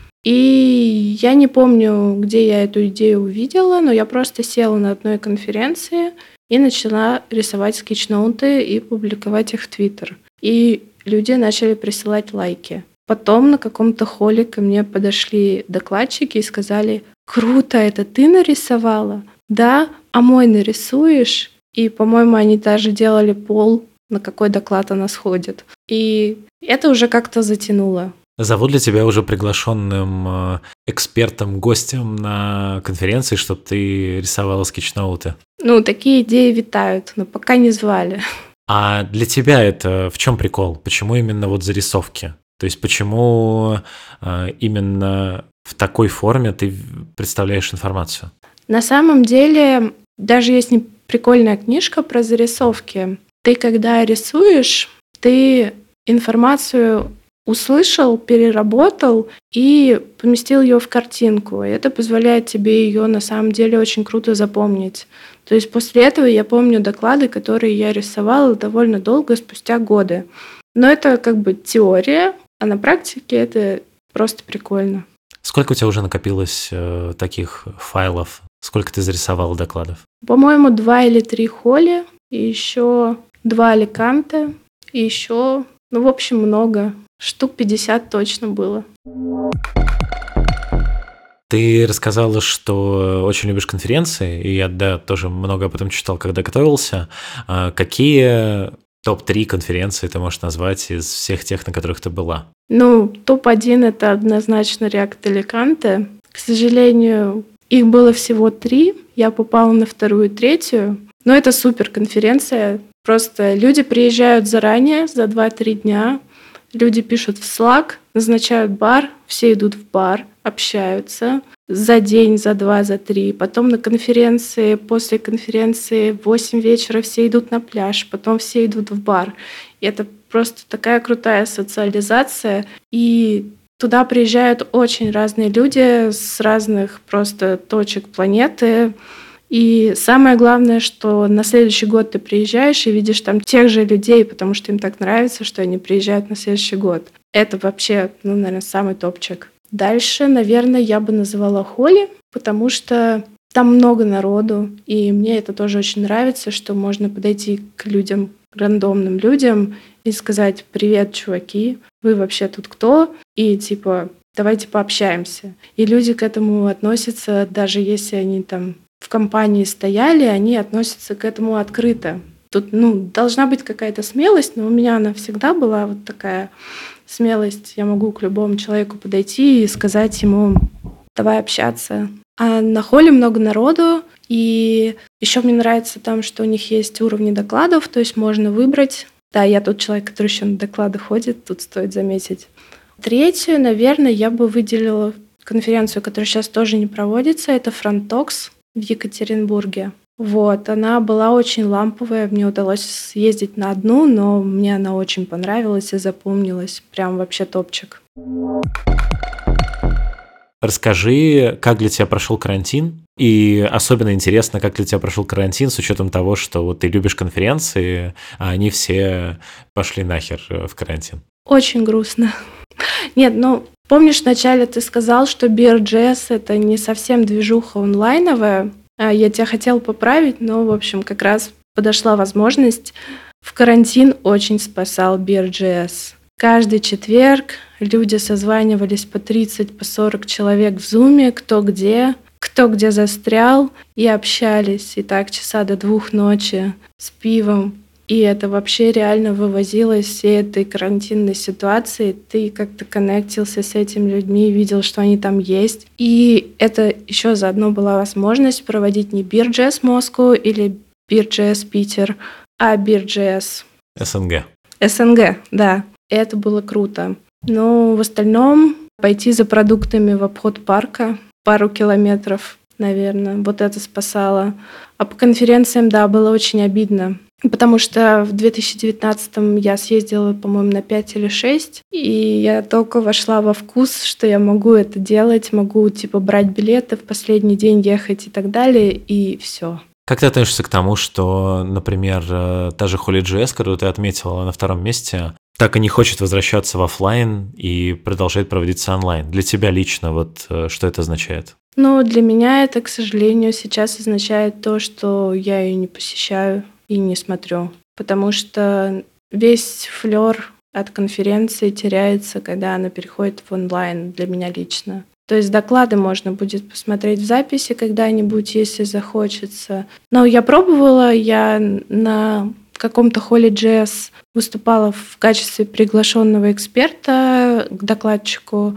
И я не помню, где я эту идею увидела, но я просто села на одной конференции и начала рисовать скетчноуты и публиковать их в Твиттер. И люди начали присылать лайки. Потом на каком-то холле ко мне подошли докладчики и сказали: «Круто, это ты нарисовала?» «Да, а мой нарисуешь?» И, по-моему, они даже делали пол, на какой доклад она сходит. И это уже как-то затянуло. Зовут ли тебя уже приглашенным экспертом, гостем на конференции, чтобы ты рисовала скетчноуты? Такие идеи витают, но пока не звали. А для тебя это в чем прикол? Почему именно зарисовки? То есть почему именно в такой форме ты представляешь информацию? На самом деле, даже есть прикольная книжка про зарисовки. Ты, когда рисуешь, ты информацию услышал, переработал и поместил ее в картинку. И это позволяет тебе ее на самом деле очень круто запомнить. То есть после этого я помню доклады, которые я рисовала довольно долго, спустя годы. Но это теория, а на практике это просто прикольно. Сколько у тебя уже накопилось таких файлов? Сколько ты зарисовала докладов? По-моему, 2 или 3 холли, и еще 2 Аликанте, и еще, в общем, много. Штук 50 точно было. Ты рассказала, что очень любишь конференции, и я, тоже много об этом читал, когда готовился. Какие топ-3 конференции ты можешь назвать из всех тех, на которых ты была? Топ-1 – это однозначно React Alicante. К сожалению, их было всего 3. Я попала на 2-ю и 3-ю. Но это супер конференция. Просто люди приезжают заранее, за 2-3 дня. Люди пишут в Slack, назначают бар, все идут в бар. общаются за день, за два, за три. Потом на конференции, после конференции в 8 вечера все идут на пляж, потом все идут в бар. И это просто такая крутая социализация. И туда приезжают очень разные люди с разных просто точек планеты. И самое главное, что на следующий год ты приезжаешь и видишь там тех же людей, потому что им так нравится, что они приезжают на следующий год. Это вообще, наверное, самый топчик. Дальше, наверное, я бы называла Холли, потому что там много народу, и мне это тоже очень нравится, что можно подойти к людям, к рандомным людям и сказать: «Привет, чуваки, вы вообще тут кто?» И типа «Давайте пообщаемся». И люди к этому относятся, даже если они там в компании стояли, они относятся к этому открыто. Тут, должна быть какая-то смелость, но у меня она всегда была вот такая смелость. Я могу к любому человеку подойти и сказать ему: «Давай общаться». А на Холле много народу, и еще мне нравится там, что у них есть уровни докладов, то есть можно выбрать. Да, я тот человек, который еще на доклады ходит, тут стоит заметить. Третью, наверное, я бы выделила конференцию, которая сейчас тоже не проводится, это Frontox в Екатеринбурге. Вот, она была очень ламповая, мне удалось съездить на одну, но мне она очень понравилась и запомнилась. Прям вообще топчик. Расскажи, как для тебя прошел карантин, и особенно интересно, как для тебя прошел карантин с учетом того, что вот ты любишь конференции, а они все пошли нахер в карантин. Очень грустно. Нет, помнишь, вначале ты сказал, что Beer.js — это не совсем движуха онлайновая. Я тебя хотела поправить, но, в общем, как раз подошла возможность. В карантин очень спасал Beer.js. Каждый четверг люди созванивались по 30, по 40 человек в Зуме, кто где застрял, и общались. И так часа до 2 ночи с пивом. И это вообще реально вывозило из всей этой карантинной ситуации. Ты как-то коннектился с этими людьми, видел, что они там есть. И это еще заодно была возможность проводить не Beer.js Москву или Beer.js Питер, а Beer.js СНГ. СНГ, да. Это было круто. Но в остальном пойти за продуктами в обход парка пару километров, наверное, вот это спасало. А по конференциям, да, было очень обидно. Потому что в 2019-м я съездила, по-моему, на 5 или 6, и я только вошла во вкус, что я могу это делать, могу брать билеты, в последний день ехать и так далее, и все. Как ты относишься к тому, что, например, та же Holy.js, которую ты отметила на 2-м месте, так и не хочет возвращаться в офлайн и продолжает проводиться онлайн? Для тебя лично что это означает? Для меня это, к сожалению, сейчас означает то, что я ее не посещаю и не смотрю, потому что весь флёр от конференции теряется, когда она переходит в онлайн для меня лично. То есть доклады можно будет посмотреть в записи когда-нибудь, если захочется. Но я пробовала, я на каком-то Holy.js выступала в качестве приглашенного эксперта к докладчику,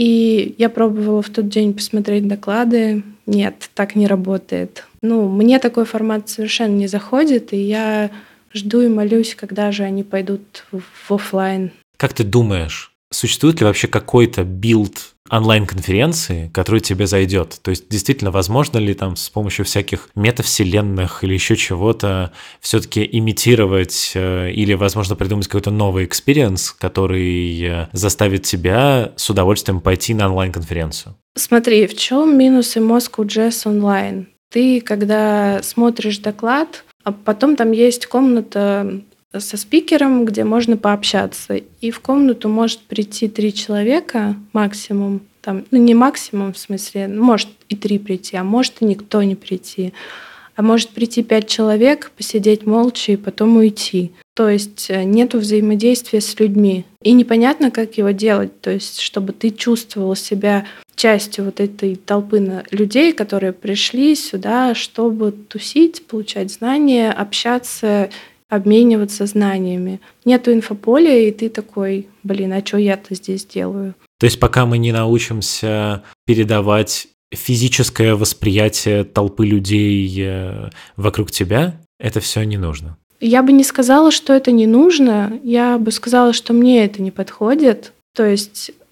и я пробовала в тот день посмотреть доклады. Нет, так не работает. Мне такой формат совершенно не заходит, и я жду и молюсь, когда же они пойдут в офлайн. Как ты думаешь, существует ли вообще какой-то билд онлайн-конференции, который тебе зайдет? То есть действительно, возможно ли там с помощью всяких метавселенных или еще чего-то все-таки имитировать или, возможно, придумать какой-то новый экспириенс, который заставит тебя с удовольствием пойти на онлайн-конференцию? Смотри, в чем минусы Moscow.js онлайн? Ты, когда смотришь доклад, а потом там есть комната со спикером, где можно пообщаться. И в комнату может прийти 3 человека максимум. Не максимум, в смысле, может и 3 прийти, а может и никто не прийти. А может прийти 5 человек, посидеть молча и потом уйти. То есть нету взаимодействия с людьми. И непонятно, как его делать. То есть чтобы ты чувствовал себя частью вот этой толпы людей, которые пришли сюда, чтобы тусить, получать знания, общаться, обмениваться знаниями. Нету инфополя, и ты такой: а что я-то здесь делаю? То есть пока мы не научимся передавать физическое восприятие толпы людей вокруг тебя, это все не нужно? Я бы не сказала, что это не нужно. Я бы сказала, что мне это не подходит. То есть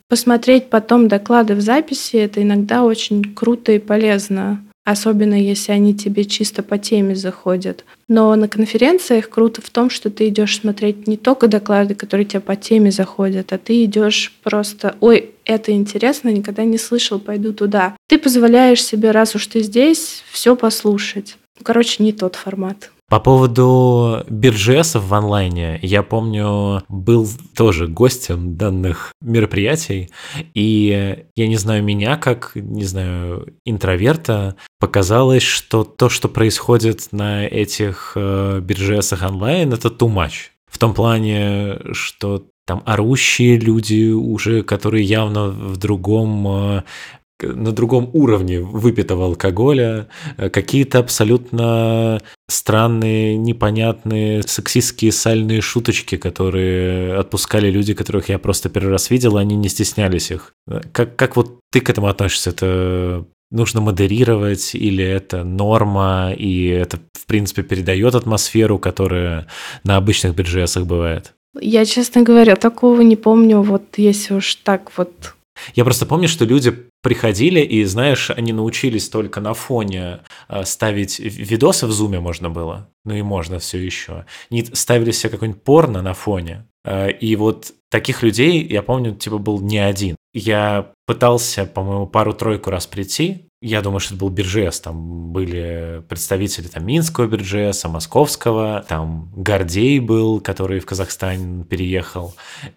Посмотреть потом доклады в записи — это иногда очень круто и полезно, особенно если они тебе чисто по теме заходят. Но на конференциях круто в том, что ты идешь смотреть не только доклады, которые тебе по теме заходят, а ты идешь просто: ой, это интересно, никогда не слышал, пойду туда. Ты позволяешь себе, раз уж ты здесь, все послушать. Короче, не тот формат. По поводу биржесов в онлайне, я помню, был тоже гостем данных мероприятий, и я не знаю, меня как, не знаю, интроверта, показалось, что то, что происходит на этих биржесах онлайн, это too much. В том плане, что там орущие люди уже, которые явно на другом уровне выпитого алкоголя, какие-то абсолютно странные, непонятные сексистские сальные шуточки, которые отпускали люди, которых я просто первый раз видел, они не стеснялись их. Как вот ты к этому относишься? Это нужно модерировать или это норма, и это, в принципе, передает атмосферу, которая на обычных биржесах бывает? Я, честно говоря, такого не помню, вот если уж так вот. Я просто помню, что люди приходили, и, знаешь, они научились только на фоне ставить видосы в зуме можно было, ну и можно все еще. Не ставили себе какой-нибудь порно на фоне. И вот таких людей, я помню, типа был не один. Я пытался, по-моему, пару-тройку раз прийти. Я думаю, что это был биржес. Там были представители там Минского биржеса, Московского. Там Гордей был, который в Казахстан переехал.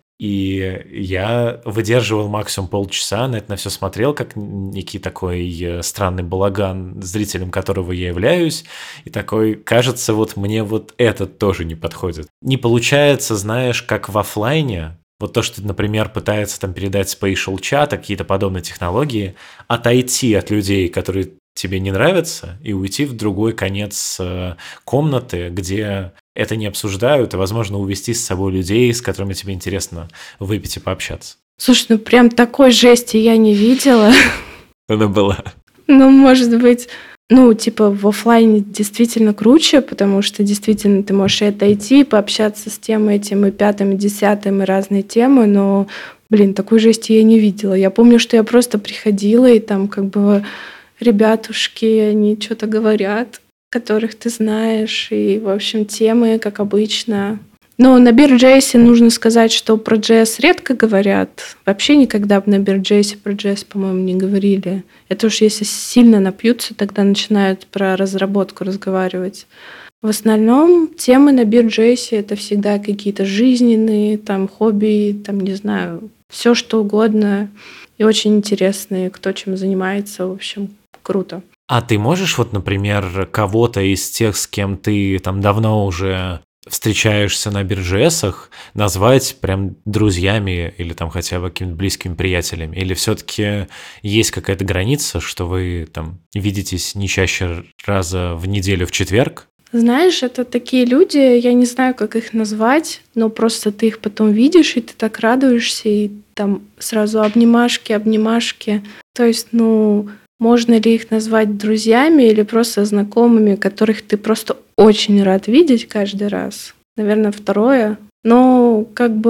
И я выдерживал максимум полчаса, на это на все смотрел, как некий такой странный балаган, зрителем которого я являюсь, и такой, кажется, вот мне вот этот тоже не подходит. Не получается, знаешь, как в офлайне, вот то, что, например, пытается там передать Spatial Chat, какие-то подобные технологии, отойти от людей, которые тебе не нравятся, и уйти в другой конец комнаты, где это не обсуждают, и, возможно, увести с собой людей, с которыми тебе интересно выпить и пообщаться. Слушай, ну прям такой жести я не видела. Она была. Ну, может быть, типа в офлайне действительно круче, потому что действительно ты можешь и отойти, пообщаться с тем, этим, и пятым, и десятым, и разные темы, но, такой жести я не видела. Я помню, что я просто приходила, и там как бы ребятушки, они что-то говорят, которых ты знаешь, и, в общем, темы, как обычно. Но на Бирджейсе нужно сказать, что про JS редко говорят. Вообще никогда на Бирджейсе про JS, по-моему, не говорили. Это уж если сильно напьются, тогда начинают про разработку разговаривать. В основном темы на Бирджейсе — это всегда какие-то жизненные, там, хобби, там, не знаю, все что угодно. И очень интересные, кто чем занимается, в общем, круто. А ты можешь, вот, например, кого-то из тех, с кем ты там давно уже встречаешься на биржесах, назвать прям друзьями или там хотя бы какими-то близкими приятелями? Или все-таки есть какая-то граница, что вы там видитесь не чаще раза в неделю в четверг? Знаешь, это такие люди, я не знаю, как их назвать, но просто ты их потом видишь, и ты так радуешься, и там сразу обнимашки. То есть, можно ли их назвать друзьями или просто знакомыми, которых ты просто очень рад видеть каждый раз? Наверное, второе. Но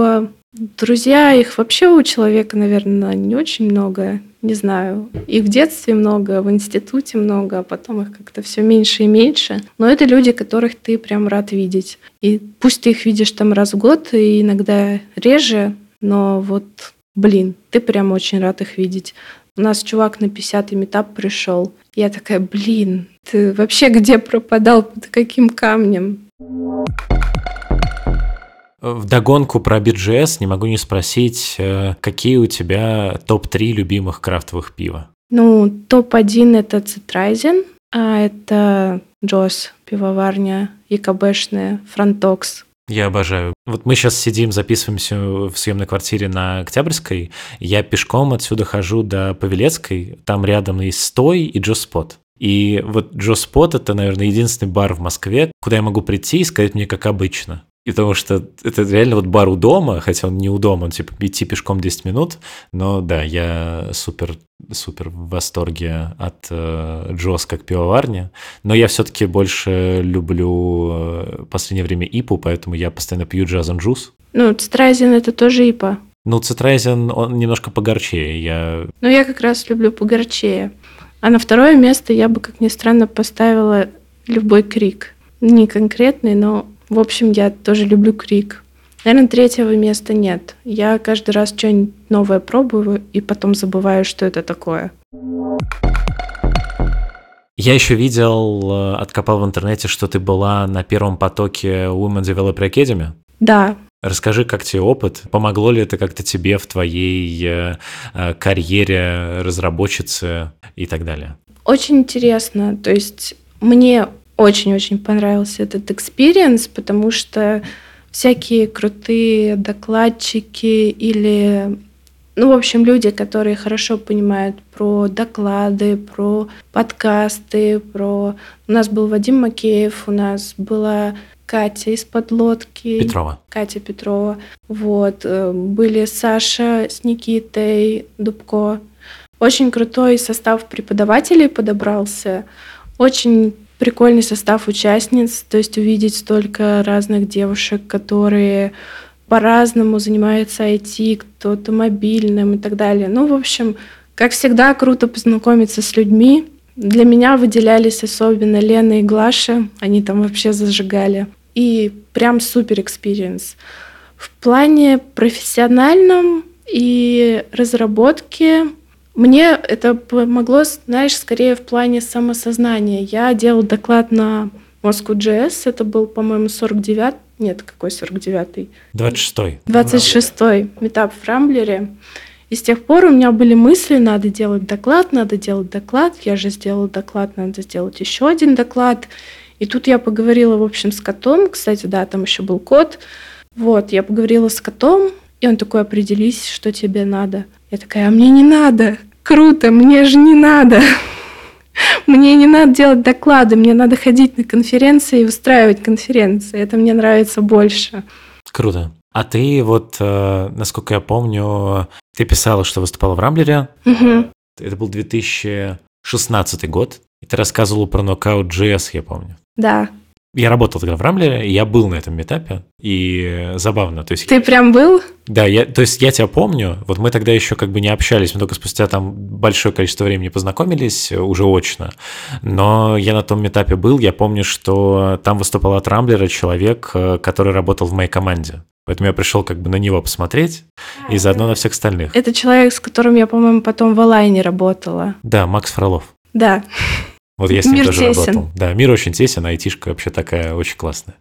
друзья, их вообще у человека, наверное, не очень много. Не знаю. Их в детстве много, в институте много, а потом их как-то все меньше и меньше. Но это люди, которых ты прям рад видеть. И пусть ты их видишь там раз в год, и иногда реже, но ты прям очень рад их видеть. У нас чувак на 50-й митап пришел. Я такая, ты вообще где пропадал, под каким камнем? Вдогонку про BitJS не могу не спросить, какие у тебя топ-3 любимых крафтовых пива? Топ-1 — это Цетрайзен, а это Джос, пивоварня, ЕКБшная, Фронтокс. Я обожаю. Вот мы сейчас сидим, записываемся в съемной квартире на Октябрьской. Я пешком отсюда хожу до Павелецкой. Там рядом есть Стой и Джо Спот. И вот Джо Спот — это, наверное, единственный бар в Москве, куда я могу прийти и сказать мне как обычно. И потому что это реально бар у дома, хотя он не у дома, он типа идти пешком 10 минут. Но да, я супер в восторге от Джос как пивоварни. Но я все-таки больше люблю в последнее время ипу, поэтому я постоянно пью Jazz and Juice. Цетрайзен — это тоже ипа. Ну, Citraizen, он немножко погорчее. Ну, я как раз люблю погорчее. А на второе место я бы, как ни странно, поставила любой крик. Не конкретный, но, в общем, я тоже люблю крик. Наверное, третьего места нет. Я каждый раз что-нибудь новое пробую и потом забываю, что это такое. Я еще видел, откопал в интернете, что ты была на первом потоке Women Developer Academy. Да. Расскажи, как тебе опыт? Помогло ли это как-то тебе в твоей карьере разработчицы и так далее? Очень интересно. То есть мне очень-очень понравился этот экспириенс, потому что всякие крутые докладчики или, в общем, люди, которые хорошо понимают про доклады, про подкасты, У нас был Вадим Макеев, у нас была Катя из «Подлодки». Петрова. Катя Петрова. Вот. Были Саша с Никитой Дубко. Очень крутой состав преподавателей подобрался. Очень прикольный состав участниц. То есть увидеть столько разных девушек, которые по-разному занимаются IT, кто-то мобильным и так далее. В общем, как всегда, круто познакомиться с людьми. Для меня выделялись особенно Лена и Глаша. Они там вообще зажигали. И прям супер экспириенс. В плане профессиональном и разработки мне это помогло, знаешь, скорее в плане самосознания. Я делала доклад на Moscow.js. Это был, по-моему, 49-й. Нет, какой 49-й? 26-й. 26-й митап в Рамблере. И с тех пор у меня были мысли, надо делать доклад. Я же сделала доклад, надо сделать еще один доклад. И тут я поговорила, в общем, с котом. Кстати, да, там еще был кот. Вот, я поговорила с котом, и он такой: определись, что тебе надо. Я такая: а мне не надо. Круто, мне же не надо. Мне не надо делать доклады, мне надо ходить на конференции и устраивать конференции. Это мне нравится больше. Круто. А ты насколько я помню, ты писала, что выступала в Рамблере. Угу. Это был 2016 год. И ты рассказывала про Knockout.js, я помню. Да. Я работал тогда в Рамблере, и я был на этом митапе, и забавно. То есть, ты прям был? Да, я тебя помню, вот мы тогда еще как бы не общались, мы только спустя там большое количество времени познакомились, уже очно, но я на том митапе был, я помню, что там выступал от Рамблера человек, который работал в моей команде. Поэтому я пришел как бы на него посмотреть и заодно на всех остальных. Это человек, с которым я, по-моему, потом в Алайне работала. Да, Макс Фролов. Да. Вот я с ним Мир тоже тесен. работал. Да, мир очень тесен, айтишка вообще такая очень классная.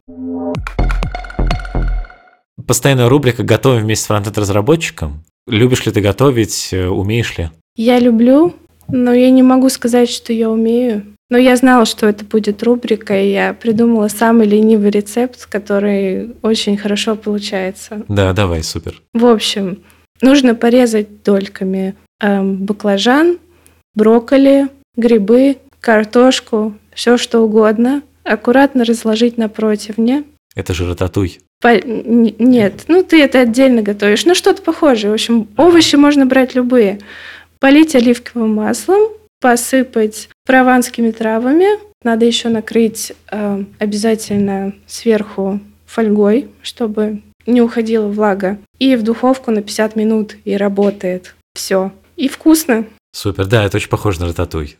Постоянная рубрика «Готовим вместе с фронтенд-разработчиком». Любишь ли ты готовить, умеешь ли? Я люблю, но я не могу сказать, что я умею. Но я знала, что это будет рубрика, и я придумала самый ленивый рецепт, который очень хорошо получается. Да, давай, супер. В общем, нужно порезать дольками баклажан, брокколи, грибы, картошку, все что угодно, аккуратно разложить на противне. Это же рататуй. Нет, ты это отдельно готовишь. Что-то похожее. В общем, овощи можно брать любые. Полить оливковым маслом, посыпать прованскими травами. Надо еще накрыть обязательно сверху фольгой, чтобы не уходила влага. И в духовку на 50 минут, и работает. Все. И вкусно. Супер, да, это очень похоже на рататуй.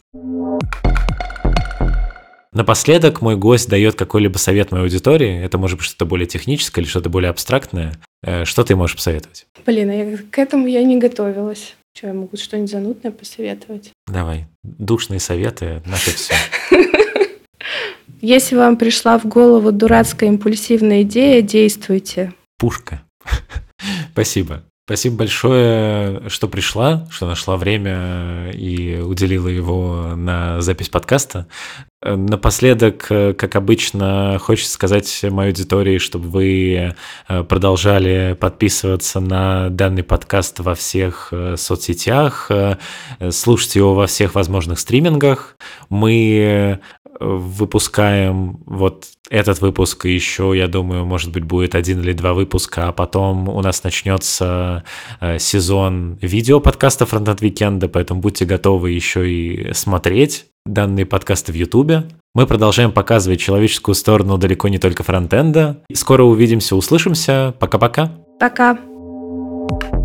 Напоследок мой гость дает какой-либо совет моей аудитории. Это может быть что-то более техническое или что-то более абстрактное. Что ты можешь посоветовать? К этому я не готовилась. Что, я могу что-нибудь занудное посоветовать? Давай, душные советы, наше все. Если вам пришла в голову дурацкая импульсивная идея, действуйте. Пушка. Спасибо. Спасибо большое, что пришла, что нашла время и уделила его на запись подкаста. Напоследок, как обычно, хочется сказать моей аудитории, чтобы вы продолжали подписываться на данный подкаст во всех соцсетях, слушать его во всех возможных стримингах. Мы выпускаем вот этот выпуск, и еще, я думаю, может быть, будет 1 или 2 выпуска, а потом у нас начнется сезон видео-подкаста «Фронтенд Викенда», поэтому будьте готовы еще и смотреть данные подкасты в Ютубе. Мы продолжаем показывать человеческую сторону далеко не только фронтенда. Скоро увидимся, услышимся. Пока-пока. Пока.